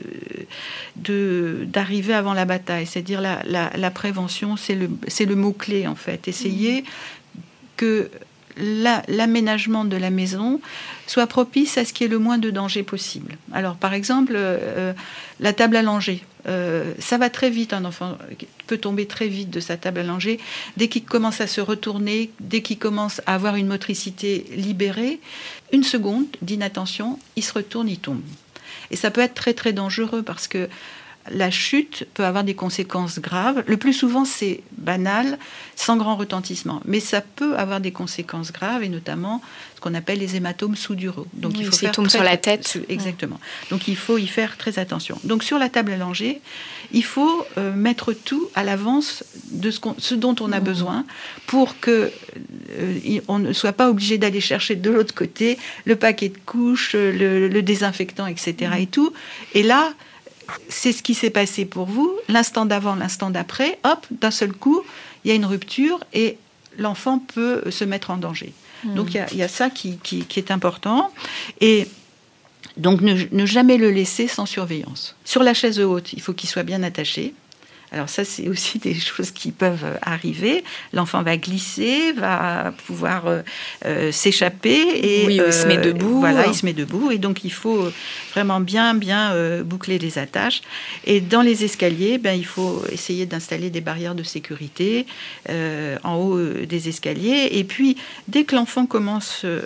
de d'arriver avant la bataille, c'est-à-dire la, la, la prévention, c'est le c'est le mot clé en fait. Essayer mmh. que La, l'aménagement de la maison soit propice à ce qu'il y ait le moins de danger possible. Alors, par exemple, euh, la table allongée. Euh, ça va très vite, un enfant peut tomber très vite de sa table allongée. Dès qu'il commence à se retourner, dès qu'il commence à avoir une motricité libérée, une seconde d'inattention, il se retourne, il tombe. Et ça peut être très, très dangereux parce que la chute peut avoir des conséquences graves. Le plus souvent, c'est banal, sans grand retentissement. Mais ça peut avoir des conséquences graves, et notamment ce qu'on appelle les hématomes sous-duraux. Donc, oui, il faut faire tombe très... sur la tête. Exactement. Donc, il faut y faire très attention. Donc, sur la table allongée, il faut euh, mettre tout à l'avance de ce, qu'on, ce dont on a mmh. besoin pour que euh, on ne soit pas obligé d'aller chercher de l'autre côté le paquet de couches, le, le désinfectant, et cetera. Mmh. Et tout. Et là, c'est ce qui s'est passé pour vous, l'instant d'avant, l'instant d'après, hop, d'un seul coup, il y a une rupture et l'enfant peut se mettre en danger. Mmh. Donc il y a, il y a ça qui, qui, qui est important. Et donc ne, ne jamais le laisser sans surveillance. Sur la chaise haute, il faut qu'il soit bien attaché. Alors ça, c'est aussi des choses qui peuvent arriver. L'enfant va glisser, va pouvoir euh, euh, s'échapper. Et, oui, euh, il se met debout. Voilà, il se met debout. Et donc, il faut vraiment bien, bien euh, boucler les attaches. Et dans les escaliers, ben, il faut essayer d'installer des barrières de sécurité euh, en haut des escaliers. Et puis, dès que l'enfant commence euh,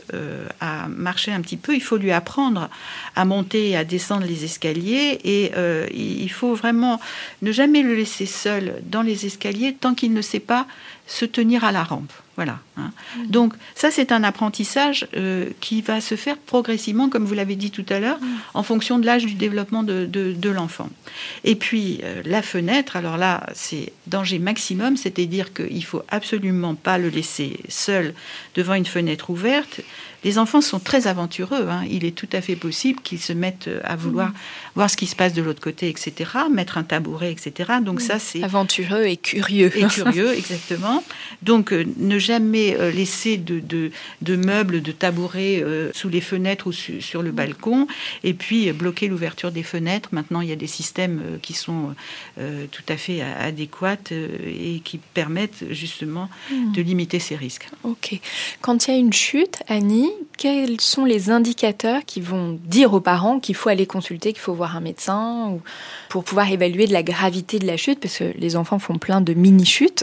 à marcher un petit peu, il faut lui apprendre à monter et à descendre les escaliers. Et euh, il faut vraiment ne jamais le laisser seul dans les escaliers tant qu'il ne sait pas se tenir à la rampe. Voilà. Hein. Mmh. Donc ça, c'est un apprentissage euh, qui va se faire progressivement, comme vous l'avez dit tout à l'heure, mmh. en fonction de l'âge du développement de, de, de l'enfant. Et puis, euh, la fenêtre, alors là, c'est danger maximum, c'est-à-dire qu'il ne faut absolument pas le laisser seul devant une fenêtre ouverte. Les enfants sont très aventureux. Hein. Il est tout à fait possible qu'ils se mettent à vouloir mmh. voir ce qui se passe de l'autre côté, et cetera, mettre un tabouret, et cetera. Donc mmh. ça, c'est... Aventureux et curieux. Et curieux, exactement. Donc, euh, ne jamais euh, laisser de, de, de meubles, de tabourets euh, sous les fenêtres ou su, sur le balcon. Et puis, euh, bloquer l'ouverture des fenêtres. Maintenant, il y a des systèmes euh, qui sont euh, tout à fait adéquats euh, et qui permettent justement mmh. de limiter ces risques. Ok. Quand il y a une chute, Annie, quels sont les indicateurs qui vont dire aux parents qu'il faut aller consulter, qu'il faut voir un médecin, ou pour pouvoir évaluer de la gravité de la chute, parce que les enfants font plein de mini-chutes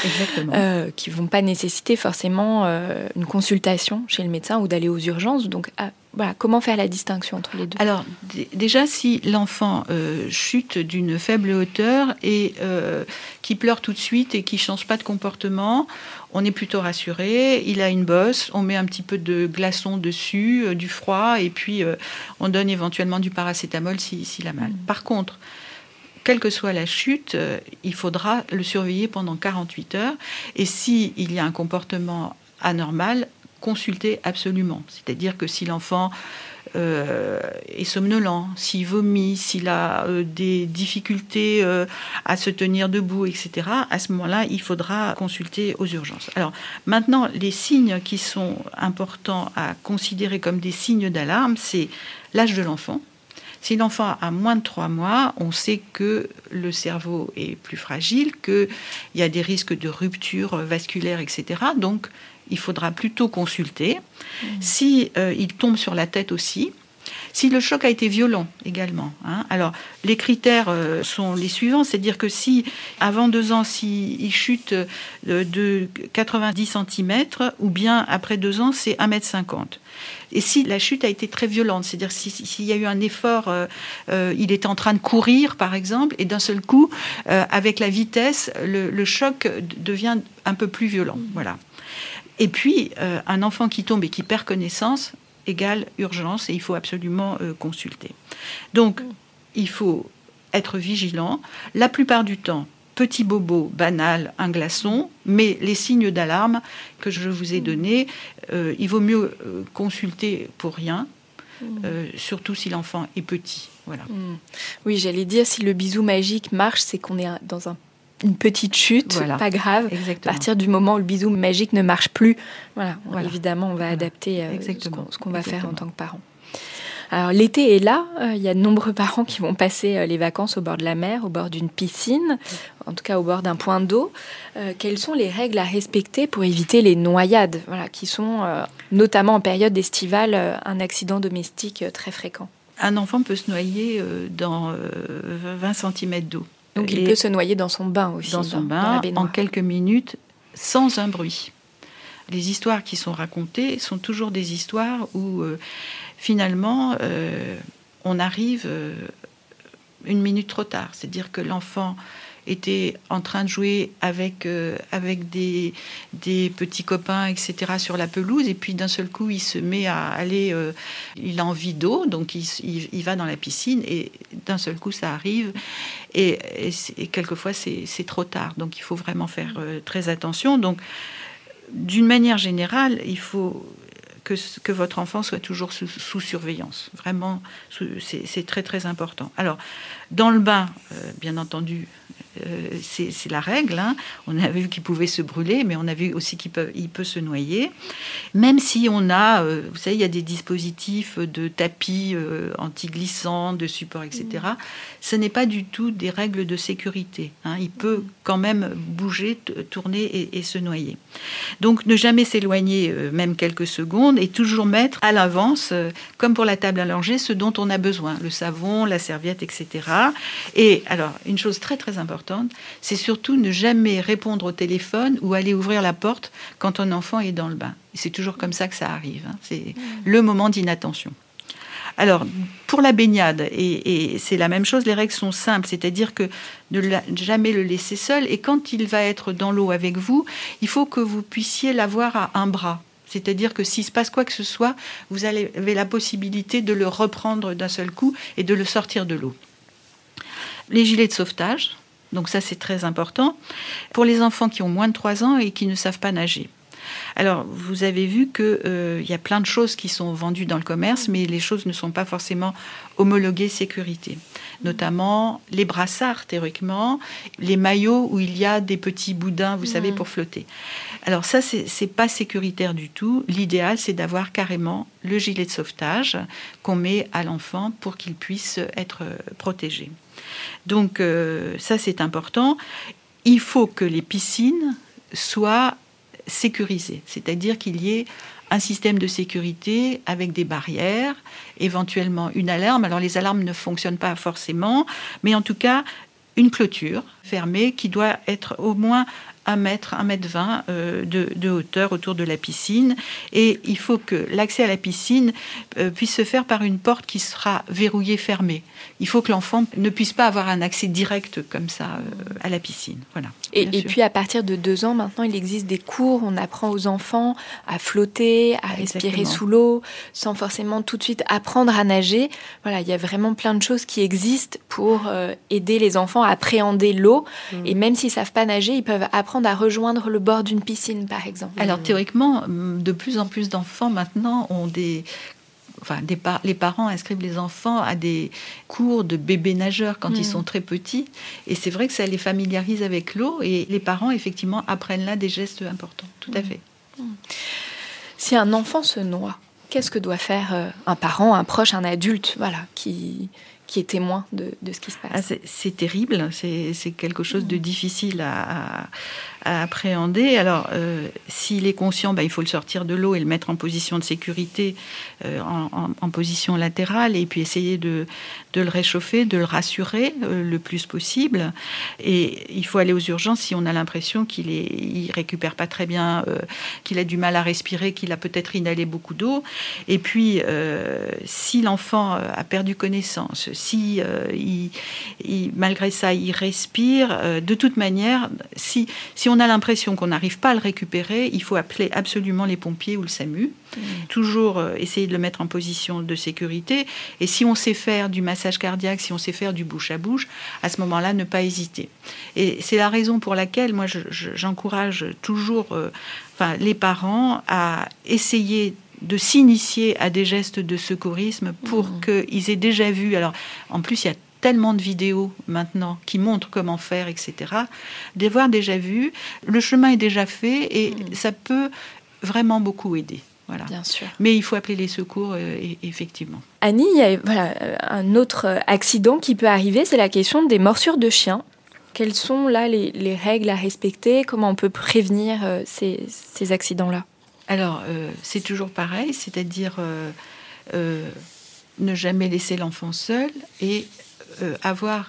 euh, qui ne vont pas nécessiter forcément euh, une consultation chez le médecin ou d'aller aux urgences. Donc, ah, voilà, comment faire la distinction entre les deux ? Alors, d- déjà, si l'enfant euh, chute d'une faible hauteur et euh, qui pleure tout de suite et qui ne change pas de comportement, on est plutôt rassuré. Il a une bosse, on met un petit peu de glaçon dessus, euh, du froid, et puis euh, on donne éventuellement du paracétamol s'il si, si a mal. Mmh. Par contre, quelle que soit la chute, euh, il faudra le surveiller pendant quarante-huit heures. Et s'il y a un comportement anormal, consulter absolument. C'est-à-dire que si l'enfant euh, est somnolent, s'il vomit, s'il a euh, des difficultés euh, à se tenir debout, et cetera, à ce moment-là, il faudra consulter aux urgences. Alors maintenant, les signes qui sont importants à considérer comme des signes d'alarme, c'est l'âge de l'enfant. Si l'enfant a moins de trois mois, on sait que le cerveau est plus fragile, qu'il y a des risques de rupture vasculaire, et cetera. Donc, il faudra plutôt consulter. Mmh. Si euh, il tombe sur la tête aussi, si le choc a été violent également. Hein. Alors, les critères euh, sont les suivants, c'est-à-dire que si, avant deux ans, s'il si chute euh, de quatre-vingt-dix centimètres, ou bien après deux ans, c'est un mètre cinquante. Et si la chute a été très violente, c'est-à-dire s'il si, si y a eu un effort, euh, euh, il était en train de courir, par exemple, et d'un seul coup, euh, avec la vitesse, le, le choc devient un peu plus violent. Mmh. Voilà. Et puis, euh, un enfant qui tombe et qui perd connaissance égale urgence, et il faut absolument euh, consulter. Donc, il faut être vigilant. La plupart du temps, petit bobo, banal, un glaçon, mais les signes d'alarme que je vous ai donnés, euh, il vaut mieux euh, consulter pour rien, euh, surtout si l'enfant est petit. Voilà. Mmh. Oui, j'allais dire, si le bisou magique marche, c'est qu'on est dans un une petite chute, voilà. Pas grave. Exactement. À partir du moment où le bisou magique ne marche plus, voilà, voilà. Évidemment, on va voilà. adapter euh, ce qu'on, ce qu'on va Exactement. faire en tant que parent. Alors, l'été est là. Il euh, y a de nombreux parents qui vont passer euh, les vacances au bord de la mer, au bord d'une piscine, en tout cas au bord d'un point d'eau. Euh, quelles sont les règles à respecter pour éviter les noyades, voilà, qui sont, euh, notamment en période estivale, euh, un accident domestique euh, très fréquent ? Un enfant peut se noyer euh, dans euh, vingt centimètres d'eau. Donc il peut se noyer dans son bain aussi. Dans son bain, dans en quelques minutes, sans un bruit. Les histoires qui sont racontées sont toujours des histoires où, euh, finalement, euh, on arrive euh, une minute trop tard. C'est-à-dire que l'enfant était en train de jouer avec, euh, avec des, des petits copains, et cetera, sur la pelouse, et puis d'un seul coup, il se met à aller... Euh, il a envie d'eau, donc il, il, il va dans la piscine, et d'un seul coup, ça arrive, et, et, et quelquefois, c'est, c'est trop tard. Donc, il faut vraiment faire euh, très attention. Donc, d'une manière générale, il faut... Que, que votre enfant soit toujours sous, sous surveillance. Vraiment, sous, c'est, c'est très, très important. Alors, dans le bain, euh, bien entendu, euh, c'est, c'est la règle. Hein. On a vu qu'il pouvait se brûler, mais on a vu aussi qu'il peut, il peut se noyer. Même si on a, euh, vous savez, il y a des dispositifs de tapis euh, anti-glissants, de supports, et cetera. Mmh. Ce n'est pas du tout des règles de sécurité. Hein. Il peut quand même bouger, t- tourner et, et se noyer. Donc, ne jamais s'éloigner, euh, même quelques secondes, et toujours mettre à l'avance, euh, comme pour la table à langer, ce dont on a besoin, le savon, la serviette, et cetera. Et alors, une chose très très importante, c'est surtout ne jamais répondre au téléphone ou aller ouvrir la porte quand un enfant est dans le bain. Et c'est toujours comme ça que ça arrive. Hein. C'est mmh. le moment d'inattention. Alors, pour la baignade, et, et c'est la même chose, les règles sont simples, c'est-à-dire que ne la, jamais le laisser seul, et quand il va être dans l'eau avec vous, il faut que vous puissiez l'avoir à un bras. C'est-à-dire que s'il se passe quoi que ce soit, vous avez la possibilité de le reprendre d'un seul coup et de le sortir de l'eau. Les gilets de sauvetage, donc ça c'est très important, pour les enfants qui ont moins de trois ans et qui ne savent pas nager. Alors, vous avez vu qu'il euh, y a plein de choses qui sont vendues dans le commerce, mais les choses ne sont pas forcément homologuées sécurité. Notamment les brassards, théoriquement, les maillots où il y a des petits boudins, vous mmh. savez, pour flotter. Alors ça, c'est, c'est pas sécuritaire du tout. L'idéal, c'est d'avoir carrément le gilet de sauvetage qu'on met à l'enfant pour qu'il puisse être protégé. Donc, euh, ça, c'est important. Il faut que les piscines soient sécurisées, c'est-à-dire qu'il y ait un système de sécurité avec des barrières, éventuellement une alarme. Alors les alarmes ne fonctionnent pas forcément, mais en tout cas une clôture fermée qui doit être au moins un mètre, un mètre vingt euh, de, de hauteur autour de la piscine. Et il faut que l'accès à la piscine euh, puisse se faire par une porte qui sera verrouillée, fermée. Il faut que l'enfant ne puisse pas avoir un accès direct comme ça euh, à la piscine. Voilà. Et, et puis à partir de deux ans, maintenant, il existe des cours, on apprend aux enfants à flotter, à respirer Exactement. sous l'eau, sans forcément tout de suite apprendre à nager. Voilà, il y a vraiment plein de choses qui existent pour euh, aider les enfants à appréhender l'eau. Mmh. Et même s'ils ne savent pas nager, ils peuvent apprendre à rejoindre le bord d'une piscine, par exemple. Alors théoriquement, de plus en plus d'enfants maintenant ont des... Enfin, des par- les parents inscrivent les enfants à des cours de bébés nageurs quand mmh. ils sont très petits. Et c'est vrai que ça les familiarise avec l'eau. Et les parents, effectivement, apprennent là des gestes importants. Tout mmh. à fait. Mmh. Si un enfant se noie, qu'est-ce que doit faire euh, un parent, un proche, un adulte, voilà, qui... qui est témoin de, de ce qui se passe. Ah, c'est, c'est terrible, c'est, c'est quelque chose de difficile à, à, à appréhender. Alors, euh, s'il est conscient, bah, il faut le sortir de l'eau et le mettre en position de sécurité, euh, en, en, en position latérale, et puis essayer de, de le réchauffer, de le rassurer euh, le plus possible. Et il faut aller aux urgences si on a l'impression qu'il est, il récupère pas très bien, euh, qu'il a du mal à respirer, qu'il a peut-être inhalé beaucoup d'eau. Et puis, euh, si l'enfant a perdu connaissance, si euh, il, il, malgré ça il respire, euh, de toute manière, si, si on a l'impression qu'on n'arrive pas à le récupérer, il faut appeler absolument les pompiers ou le SAMU. Mmh. Toujours euh, essayer de le mettre en position de sécurité. Et si on sait faire du massage cardiaque, si on sait faire du bouche à bouche, à ce moment-là, ne pas hésiter. Et c'est la raison pour laquelle moi je, je, j'encourage toujours euh, enfin, les parents à essayer de s'initier à des gestes de secourisme pour mmh. qu'ils aient déjà vu. Alors, en plus, il y a tellement de vidéos maintenant qui montrent comment faire, et cetera. D'avoir déjà vu, le chemin est déjà fait et mmh. ça peut vraiment beaucoup aider. Voilà. Bien sûr. Mais il faut appeler les secours, euh, et, effectivement. Annie, il y a voilà, un autre accident qui peut arriver, c'est la question des morsures de chiens. Quelles sont là les, les règles à respecter ? Comment on peut prévenir euh, ces, ces accidents-là ? Alors, euh, c'est toujours pareil, c'est-à-dire euh, euh, ne jamais laisser l'enfant seul et euh, avoir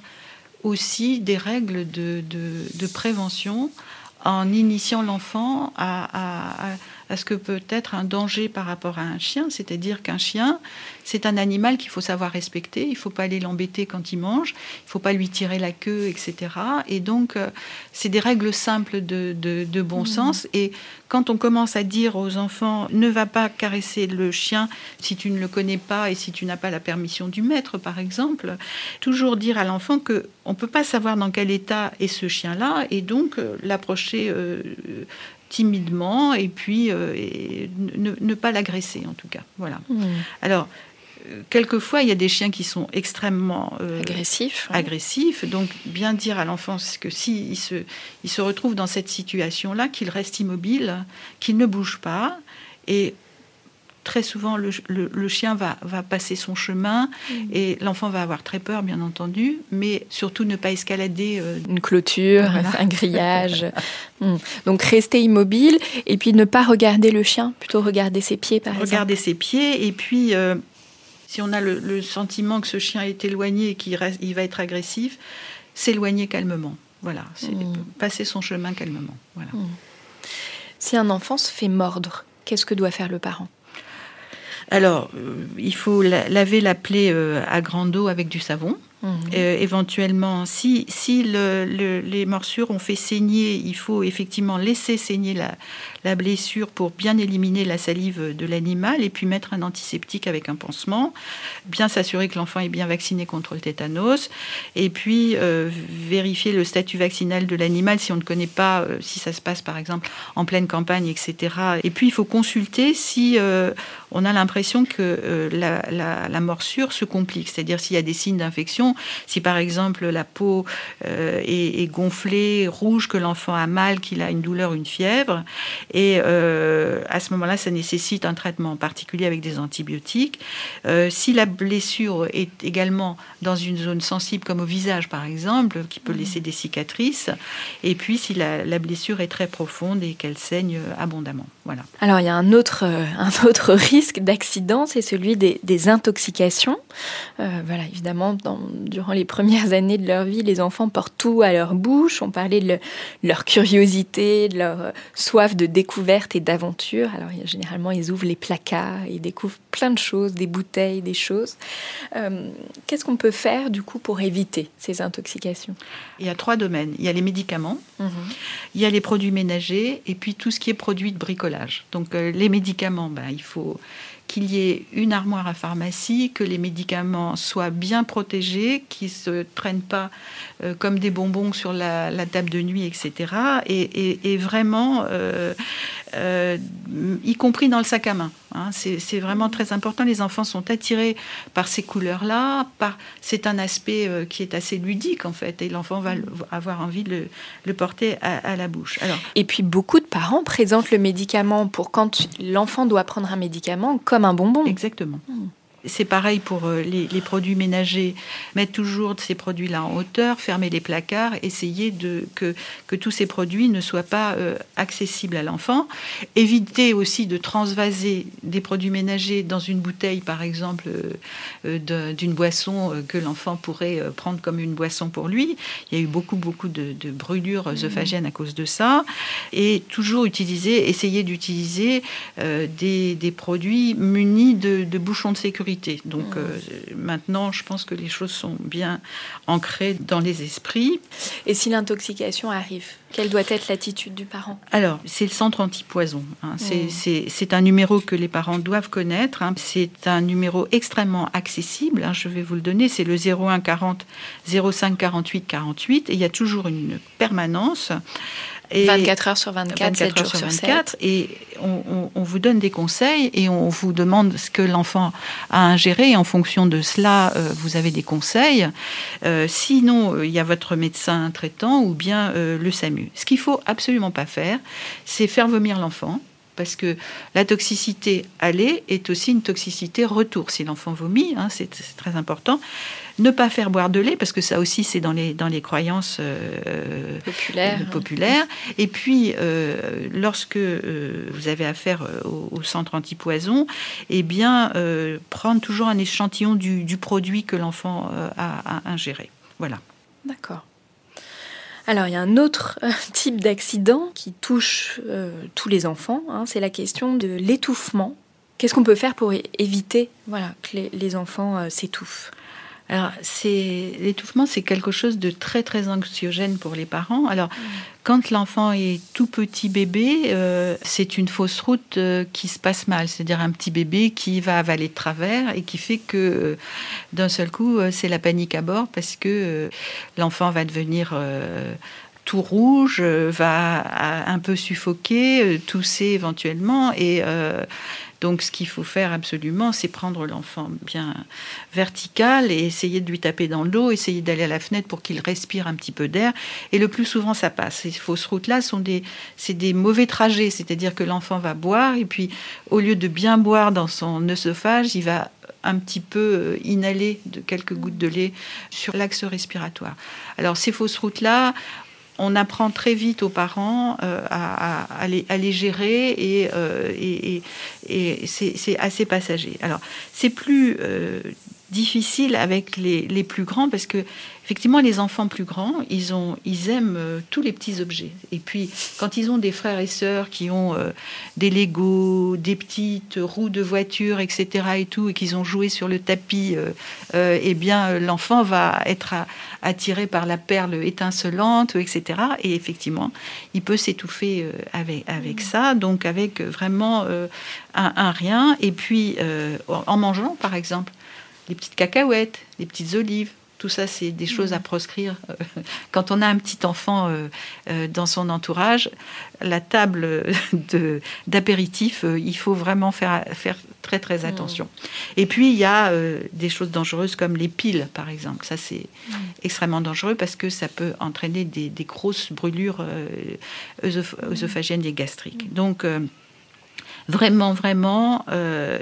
aussi des règles de, de, de prévention en initiant l'enfant à, à, à ce que peut être un danger par rapport à un chien, c'est-à-dire qu'un chien, c'est un animal qu'il faut savoir respecter, il ne faut pas aller l'embêter quand il mange, il ne faut pas lui tirer la queue, et cetera. Et donc, euh, c'est des règles simples de, de, de bon mmh. sens. Et quand on commence à dire aux enfants, ne va pas caresser le chien si tu ne le connais pas et si tu n'as pas la permission du maître, par exemple, toujours dire à l'enfant qu'on ne peut pas savoir dans quel état est ce chien-là, et donc euh, l'approcher euh, timidement et puis euh, et ne, ne pas l'agresser, en tout cas. Voilà. Mmh. Alors, quelquefois, il y a des chiens qui sont extrêmement euh, agressifs. Ouais. agressifs. Donc, bien dire à l'enfant que s'il se, il se retrouve dans cette situation-là, qu'il reste immobile, qu'il ne bouge pas. Et très souvent, le, le, le chien va, va passer son chemin mmh. et l'enfant va avoir très peur, bien entendu, mais surtout ne pas escalader. Euh... Une clôture, voilà. Un grillage. mmh. Donc, rester immobile et puis ne pas regarder le chien, plutôt regarder ses pieds, par exemple. Regarder ses pieds et puis... Euh, si on a le, le sentiment que ce chien est éloigné et qu'il reste, il va être agressif, s'éloigner calmement. Voilà, c'est mmh. passer son chemin calmement. Voilà. Mmh. Si un enfant se fait mordre, qu'est-ce que doit faire le parent ? Alors, euh, il faut la, laver la plaie euh, à grande eau avec du savon. Mmh. Euh, éventuellement, si, si le, le, les morsures ont fait saigner, il faut effectivement laisser saigner la, la blessure pour bien éliminer la salive de l'animal et puis mettre un antiseptique avec un pansement, bien s'assurer que l'enfant est bien vacciné contre le tétanos et puis euh, vérifier le statut vaccinal de l'animal si on ne connaît pas, euh, si ça se passe par exemple en pleine campagne, et cetera. Et puis il faut consulter si euh, on a l'impression que euh, la, la, la morsure se complique, c'est-à-dire s'il y a des signes d'infection. Si par exemple la peau euh, est, est gonflée, rouge, que l'enfant a mal, qu'il a une douleur, une fièvre, Et euh, à ce moment-là, ça nécessite un traitement particulier avec des antibiotiques. Euh, si la blessure est également dans une zone sensible, comme au visage par exemple, qui peut laisser des cicatrices, et puis si la, la blessure est très profonde et qu'elle saigne abondamment. Voilà. Alors il y a un autre, euh, un autre risque d'accident, c'est celui des, des intoxications. Euh, voilà, évidemment, dans, durant les premières années de leur vie, les enfants portent tout à leur bouche. On parlait de, le, de leur curiosité, de leur soif de découverte et d'aventure. Alors généralement, ils ouvrent les placards, ils découvrent plein de choses, des bouteilles, des choses. Euh, qu'est-ce qu'on peut faire du coup pour éviter ces intoxications ? Il y a trois domaines. Il y a les médicaments, mmh. il y a les produits ménagers et puis tout ce qui est produit de bricolage. Donc euh, les médicaments, ben, il faut qu'il y ait une armoire à pharmacie, que les médicaments soient bien protégés, qu'ils ne se traînent pas euh, comme des bonbons sur la, la table de nuit, et cetera. Et, et, et vraiment, euh, euh, y compris dans le sac à main. Hein, c'est, c'est vraiment très important. Les enfants sont attirés par ces couleurs-là. Par, c'est un aspect euh, qui est assez ludique, en fait, et l'enfant va avoir envie de le, le porter à, à la bouche. Alors, et puis, beaucoup de parents présentent le médicament pour quand l'enfant doit prendre un médicament comme un bonbon. Exactement. Mmh. C'est pareil pour les, les produits ménagers. Mettre toujours ces produits-là en hauteur, fermer les placards, essayer de, que, que tous ces produits ne soient pas euh, accessibles à l'enfant. Éviter aussi de transvaser des produits ménagers dans une bouteille, par exemple, euh, de, d'une boisson que l'enfant pourrait prendre comme une boisson pour lui. Il y a eu beaucoup, beaucoup de, de brûlures œsophagiennes à cause de ça. Et toujours utiliser, essayer d'utiliser euh, des, des produits munis de, de bouchons de sécurité. Donc euh, maintenant, je pense que les choses sont bien ancrées dans les esprits. Et si l'intoxication arrive, quelle doit être l'attitude du parent ? Alors, c'est le centre antipoison. Hein. C'est, mmh. c'est, c'est un numéro que les parents doivent connaître. Hein. C'est un numéro extrêmement accessible. Hein. Je vais vous le donner. C'est le zéro un quarante zéro cinq quarante-huit quarante-huit. Et il y a toujours une permanence. Et vingt-quatre heures sur vingt-quatre, sept jours sur sept. Et on, on, on vous donne des conseils et on vous demande ce que l'enfant a ingéré. Et en fonction de cela, euh, vous avez des conseils. Euh, sinon, il y a votre médecin traitant ou bien euh, le SAMU. Ce qu'il ne faut absolument pas faire, c'est faire vomir l'enfant. Parce que la toxicité aller est aussi une toxicité retour. Si l'enfant vomit, hein, c'est, c'est très important. Ne pas faire boire de lait, parce que ça aussi, c'est dans les, dans les croyances euh, populaires. Euh, populaires. Et puis, euh, lorsque euh, vous avez affaire au, au centre antipoison, eh bien, euh, prendre toujours un échantillon du, du produit que l'enfant euh, a, a ingéré. Voilà. D'accord. Alors, il y a un autre euh, type d'accident qui touche euh, tous les enfants, hein, c'est la question de l'étouffement. Qu'est-ce qu'on peut faire pour é- éviter voilà, que les, les enfants euh, s'étouffent ? Alors, c'est, l'étouffement, c'est quelque chose de très, très anxiogène pour les parents. Alors, mmh. quand l'enfant est tout petit bébé, euh, c'est une fausse route euh, qui se passe mal. C'est-à-dire un petit bébé qui va avaler de travers et qui fait que, euh, d'un seul coup, euh, c'est la panique à bord parce que euh, l'enfant va devenir... Euh, tout rouge, euh, va un peu suffoquer, euh, tousser éventuellement. Et euh, donc, ce qu'il faut faire absolument, c'est prendre l'enfant bien vertical et essayer de lui taper dans le dos, essayer d'aller à la fenêtre pour qu'il respire un petit peu d'air. Et le plus souvent, ça passe. Ces fausses routes-là sont des, c'est des mauvais trajets. C'est-à-dire que l'enfant va boire et puis, au lieu de bien boire dans son œsophage, il va un petit peu inhaler de quelques gouttes de lait sur l'axe respiratoire. Alors, ces fausses routes-là, on apprend très vite aux parents euh, à, à, à, les, à les gérer et, euh, et, et, et c'est, c'est assez passager. Alors, c'est plus euh, difficile avec les, les plus grands parce que effectivement, les enfants plus grands, ils, ont, ils aiment euh, tous les petits objets. Et puis, quand ils ont des frères et sœurs qui ont euh, des Legos, des petites roues de voiture, et cetera et tout, et qu'ils ont joué sur le tapis, euh, euh, eh bien, l'enfant va être à, attiré par la perle étincelante, et cetera. Et effectivement, il peut s'étouffer euh, avec, avec ça, donc avec vraiment euh, un, un rien. Et puis, euh, en mangeant, par exemple, les petites cacahuètes, les petites olives, Tout ça, c'est des choses à proscrire. Quand on a un petit enfant euh, euh, dans son entourage, la table de, d'apéritif, euh, il faut vraiment faire, faire très, très attention. Mmh. Et puis, il y a euh, des choses dangereuses comme les piles, par exemple. Ça, c'est mmh. extrêmement dangereux parce que ça peut entraîner des, des grosses brûlures euh, œsoph- œsophagiennes et gastriques. Mmh. Donc, euh, vraiment, vraiment, euh,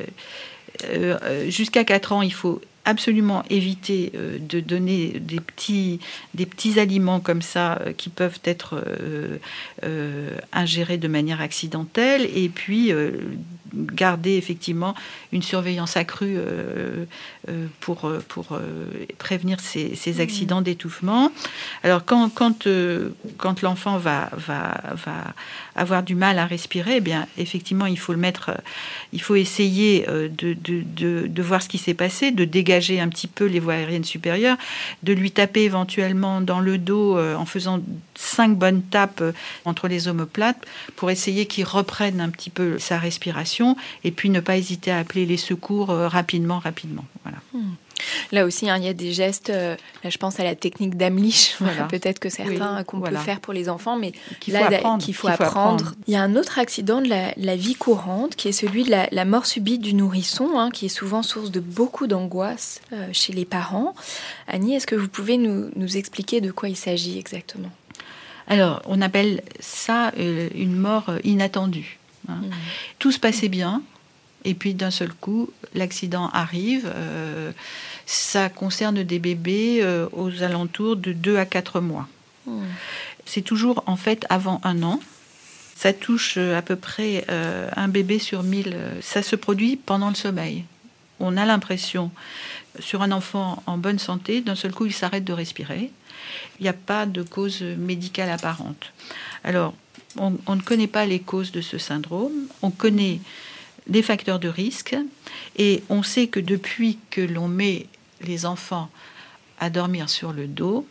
euh, jusqu'à quatre ans, il faut absolument éviter euh, de donner des petits, des petits aliments comme ça euh, qui peuvent être euh, euh, ingérés de manière accidentelle, et puis euh, garder effectivement une surveillance accrue euh, euh, pour, pour euh, prévenir ces, ces accidents mmh. d'étouffement. Alors quand, quand, euh, quand l'enfant va, va, va avoir du mal à respirer, eh bien effectivement il faut le mettre, il faut essayer euh, de, de, de, de voir ce qui s'est passé, de dégager un petit peu les voies aériennes supérieures, de lui taper éventuellement dans le dos euh, en faisant cinq bonnes tapes euh, entre les omoplates pour essayer qu'il reprenne un petit peu sa respiration, et puis ne pas hésiter à appeler les secours euh, rapidement, rapidement. Voilà. Mmh. Là aussi, hein, il y a des gestes, euh, là je pense à la technique d'Amlich, voilà. peut-être que certains oui, qu'on voilà. peut faire pour les enfants, mais qu'il là, faut apprendre. Qu'il faut qu'il apprendre. Faut apprendre. Il y a un autre accident de la, la vie courante qui est celui de la, la mort subite du nourrisson, hein, qui est souvent source de beaucoup d'angoisse euh, chez les parents. Annie, est-ce que vous pouvez nous, nous expliquer de quoi il s'agit exactement ? Alors, on appelle ça euh, une mort inattendue. Hein. Mmh. Tout se passait bien. Et puis d'un seul coup, l'accident arrive. Euh, ça concerne des bébés euh, aux alentours de deux à quatre mois. Mmh. C'est toujours en fait avant un an. Ça touche à peu près euh, un bébé sur mille. Ça se produit pendant le sommeil. On a l'impression, sur un enfant en bonne santé, d'un seul coup, il s'arrête de respirer. Il n'y a pas de cause médicale apparente. Alors, on, on ne connaît pas les causes de ce syndrome. On connaît des facteurs de risque, et on sait que depuis que l'on met les enfants à dormir sur le dos,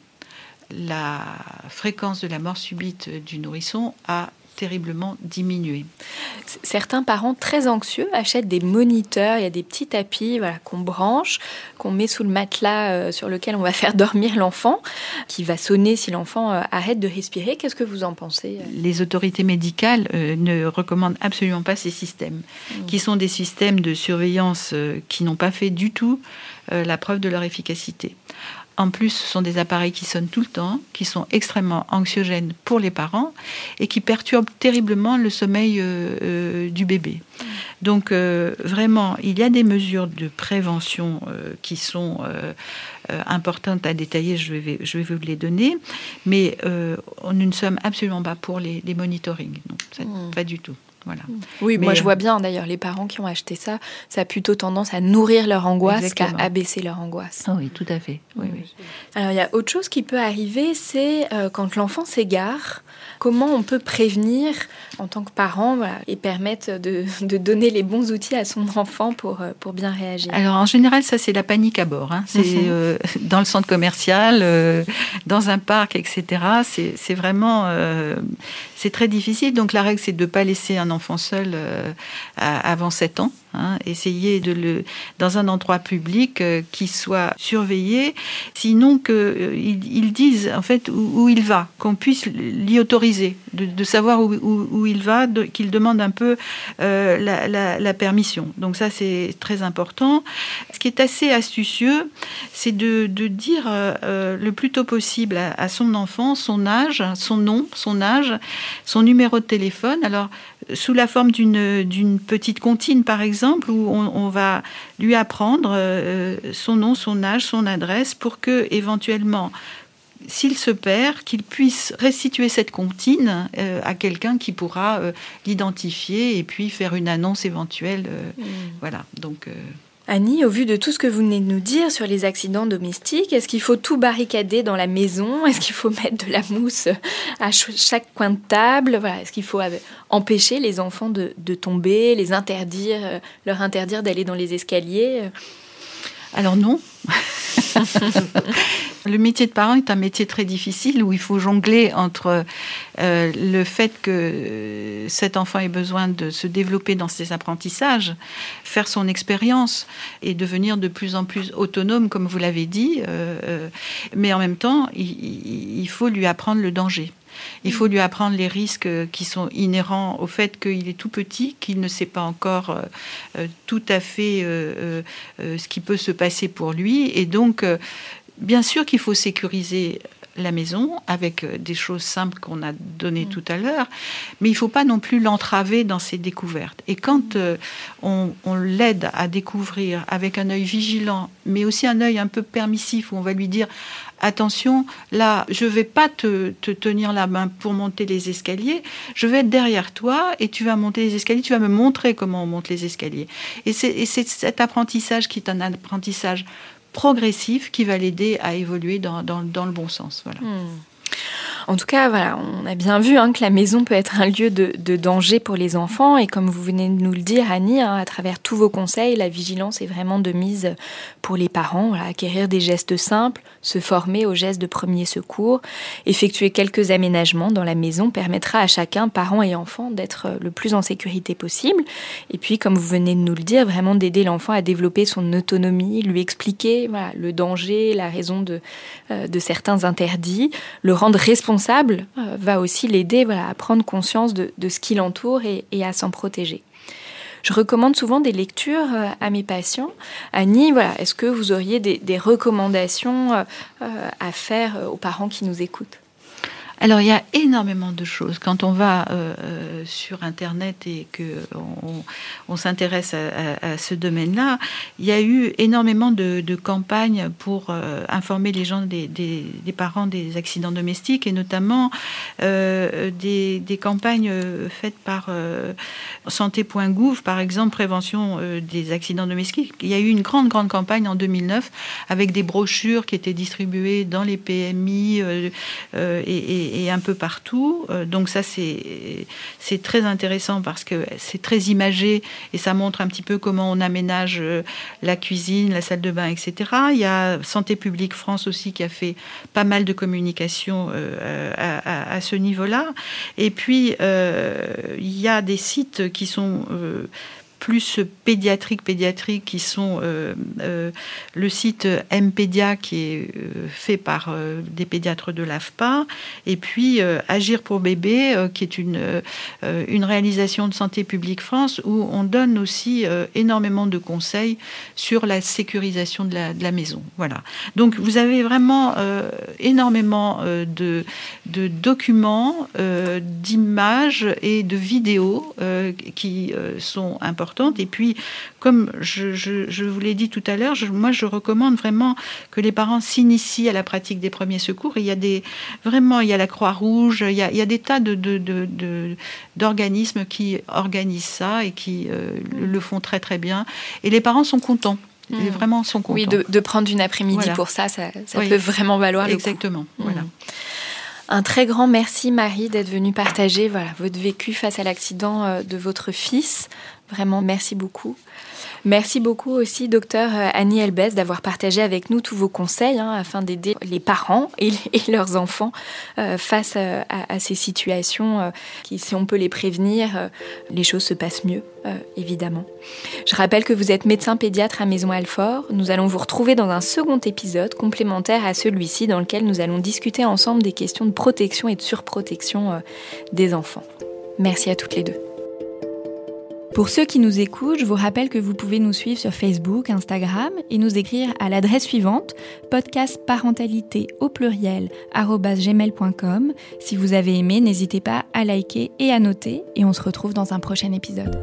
la fréquence de la mort subite du nourrisson a terriblement diminué. Certains parents très anxieux achètent des moniteurs, il y a des petits tapis voilà, qu'on branche, qu'on met sous le matelas euh, sur lequel on va faire dormir l'enfant, qui va sonner si l'enfant euh, arrête de respirer. Qu'est-ce que vous en pensez ? Les autorités médicales euh, ne recommandent absolument pas ces systèmes, mmh. qui sont des systèmes de surveillance euh, qui n'ont pas fait du tout euh, la preuve de leur efficacité. En plus, ce sont des appareils qui sonnent tout le temps, qui sont extrêmement anxiogènes pour les parents et qui perturbent terriblement le sommeil euh, euh, du bébé. Donc, euh, vraiment, il y a des mesures de prévention euh, qui sont euh, euh, importantes à détailler, je vais, je vais vous les donner, mais euh, nous ne sommes absolument pas pour les, les monitorings, non, ça, mmh. pas du tout. Voilà. Oui, mais moi je vois bien d'ailleurs les parents qui ont acheté ça, ça a plutôt tendance à nourrir leur angoisse exactement. Qu'à abaisser leur angoisse. Oh oui, tout à fait. Oui, oui. Alors il y a autre chose qui peut arriver, c'est euh, quand l'enfant s'égare, comment on peut prévenir en tant que parent voilà, et permettre de, de donner les bons outils à son enfant pour, pour bien réagir. Alors en général, ça c'est la panique à bord. Hein. C'est mm-hmm. euh, dans le centre commercial, euh, dans un parc, et cetera. C'est, c'est vraiment... Euh, c'est très difficile. Donc la règle, c'est de ne pas laisser un enfant seul euh, à, avant sept ans. Hein, essayer de le dans un endroit public euh, qui soit surveillé, sinon que euh, ils, ils disent en fait où, où il va, qu'on puisse l'y autoriser, de, de savoir où, où, où il va, de, qu'il demande un peu euh, la, la, la permission. Donc ça c'est très important. Ce qui est assez astucieux, c'est de, de dire euh, le plus tôt possible à, à son enfant son âge, son nom, son âge, son numéro de téléphone. Alors sous la forme d'une, d'une petite comptine, par exemple, où on, on va lui apprendre euh, son nom, son âge, son adresse, pour que, éventuellement, s'il se perd, qu'il puisse restituer cette comptine euh, à quelqu'un qui pourra euh, l'identifier et puis faire une annonce éventuelle. Euh, mmh. Voilà, donc... Euh, Annie, au vu de tout ce que vous venez de nous dire sur les accidents domestiques, est-ce qu'il faut tout barricader dans la maison ? Est-ce qu'il faut mettre de la mousse à chaque coin de table ? Voilà. Est-ce qu'il faut empêcher les enfants de, de tomber, les interdire, leur interdire d'aller dans les escaliers ? Alors non. Le métier de parent est un métier très difficile où il faut jongler entre euh, le fait que cet enfant ait besoin de se développer dans ses apprentissages, faire son expérience et devenir de plus en plus autonome, comme vous l'avez dit, euh, mais en même temps, il, il faut lui apprendre le danger. Il faut lui apprendre les risques qui sont inhérents au fait qu'il est tout petit, qu'il ne sait pas encore euh, tout à fait euh, euh, ce qui peut se passer pour lui. Et donc, euh, bien sûr qu'il faut sécuriser la maison avec des choses simples qu'on a données mmh. tout à l'heure, mais il ne faut pas non plus l'entraver dans ses découvertes. Et quand euh, on, on l'aide à découvrir avec un œil vigilant, mais aussi un œil un peu permissif, où on va lui dire « Attention, là, je ne vais pas te, te tenir la main pour monter les escaliers, je vais être derrière toi et tu vas monter les escaliers, tu vas me montrer comment on monte les escaliers. » Et c'est, et c'est cet apprentissage qui est un apprentissage progressif qui va l'aider à évoluer dans, dans, dans le bon sens. Voilà. Mmh. En tout cas, voilà, on a bien vu hein, que la maison peut être un lieu de, de danger pour les enfants. Et comme vous venez de nous le dire, Annie, hein, à travers tous vos conseils, la vigilance est vraiment de mise pour les parents. Voilà, acquérir des gestes simples, se former aux gestes de premier secours, effectuer quelques aménagements dans la maison permettra à chacun, parents et enfants, d'être le plus en sécurité possible. Et puis, comme vous venez de nous le dire, vraiment d'aider l'enfant à développer son autonomie, lui expliquer voilà, le danger, la raison de, euh, de certains interdits, le rendre responsable euh, va aussi l'aider voilà, à prendre conscience de, de ce qui l'entoure et, et à s'en protéger. Je recommande souvent des lectures euh, à mes patients. Annie, voilà, est-ce que vous auriez des, des recommandations euh, euh, à faire aux parents qui nous écoutent ? Alors, il y a énormément de choses. Quand on va euh, sur Internet et qu'on on s'intéresse à, à, à ce domaine-là, il y a eu énormément de, de campagnes pour euh, informer les gens des, des, des parents des accidents domestiques et notamment euh, des, des campagnes faites par euh, santé point gouv, par exemple, prévention euh, des accidents domestiques. Il y a eu une grande, grande campagne en deux mille neuf avec des brochures qui étaient distribuées dans les P M I euh, euh, et, et et un peu partout. Donc ça, c'est, c'est très intéressant parce que c'est très imagé et ça montre un petit peu comment on aménage la cuisine, la salle de bain, et cetera. Il y a Santé publique France aussi qui a fait pas mal de communication euh, à, à, à ce niveau-là. Et puis, euh, il y a des sites qui sont... Euh, plus pédiatriques, pédiatriques qui sont euh, euh, le site M-Pédia qui est euh, fait par euh, des pédiatres de l'A F P A et puis euh, Agir pour bébé euh, qui est une, euh, une réalisation de Santé publique France où on donne aussi euh, énormément de conseils sur la sécurisation de la, de la maison. Voilà. Donc vous avez vraiment euh, énormément euh, de, de documents, euh, d'images et de vidéos euh, qui euh, sont importants. Et puis, comme je, je, je vous l'ai dit tout à l'heure, je, moi, je recommande vraiment que les parents s'initient à la pratique des premiers secours. Et il y a des, vraiment, il y a la Croix-Rouge, il y a, il y a des tas de, de, de, de, d'organismes qui organisent ça et qui euh, le, le font très, très bien. Et les parents sont contents. Mmh. Ils vraiment sont contents. Oui, de, de prendre une après-midi voilà. pour ça, ça, ça oui. peut vraiment valoir le coup. Exactement, voilà. Mmh. Un très grand merci, Marie, d'être venue partager voilà, votre vécu face à l'accident de votre fils. Vraiment, merci beaucoup. Merci beaucoup aussi, docteur Annie Elbès, d'avoir partagé avec nous tous vos conseils hein, afin d'aider les parents et, et leurs enfants euh, face à, à, à ces situations euh, qui, si on peut les prévenir, euh, les choses se passent mieux, euh, évidemment. Je rappelle que vous êtes médecin pédiatre à Maison Alfort. Nous allons vous retrouver dans un second épisode complémentaire à celui-ci dans lequel nous allons discuter ensemble des questions de protection et de surprotection euh, des enfants. Merci à toutes les deux. Pour ceux qui nous écoutent, je vous rappelle que vous pouvez nous suivre sur Facebook, Instagram et nous écrire à l'adresse suivante podcastparentalité au pluriel arobase gmail point com. Si vous avez aimé, n'hésitez pas à liker et à noter et on se retrouve dans un prochain épisode.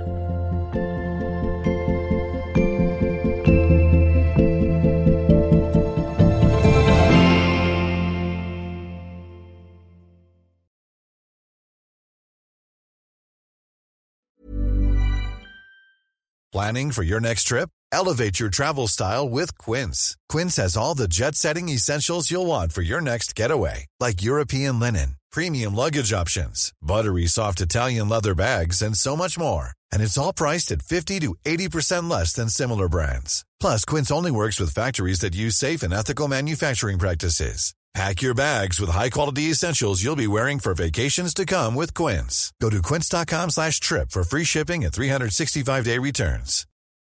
Planning for your next trip? Elevate your travel style with Quince. Quince has all the jet-setting essentials you'll want for your next getaway, like European linen, premium luggage options, buttery soft Italian leather bags, and so much more. And it's all priced at fifty to eighty percent less than similar brands. Plus, Quince only works with factories that use safe and ethical manufacturing practices. Pack your bags with high-quality essentials you'll be wearing for vacations to come with Quince. Go to quince dot com slash trip for free shipping and three sixty-five day returns.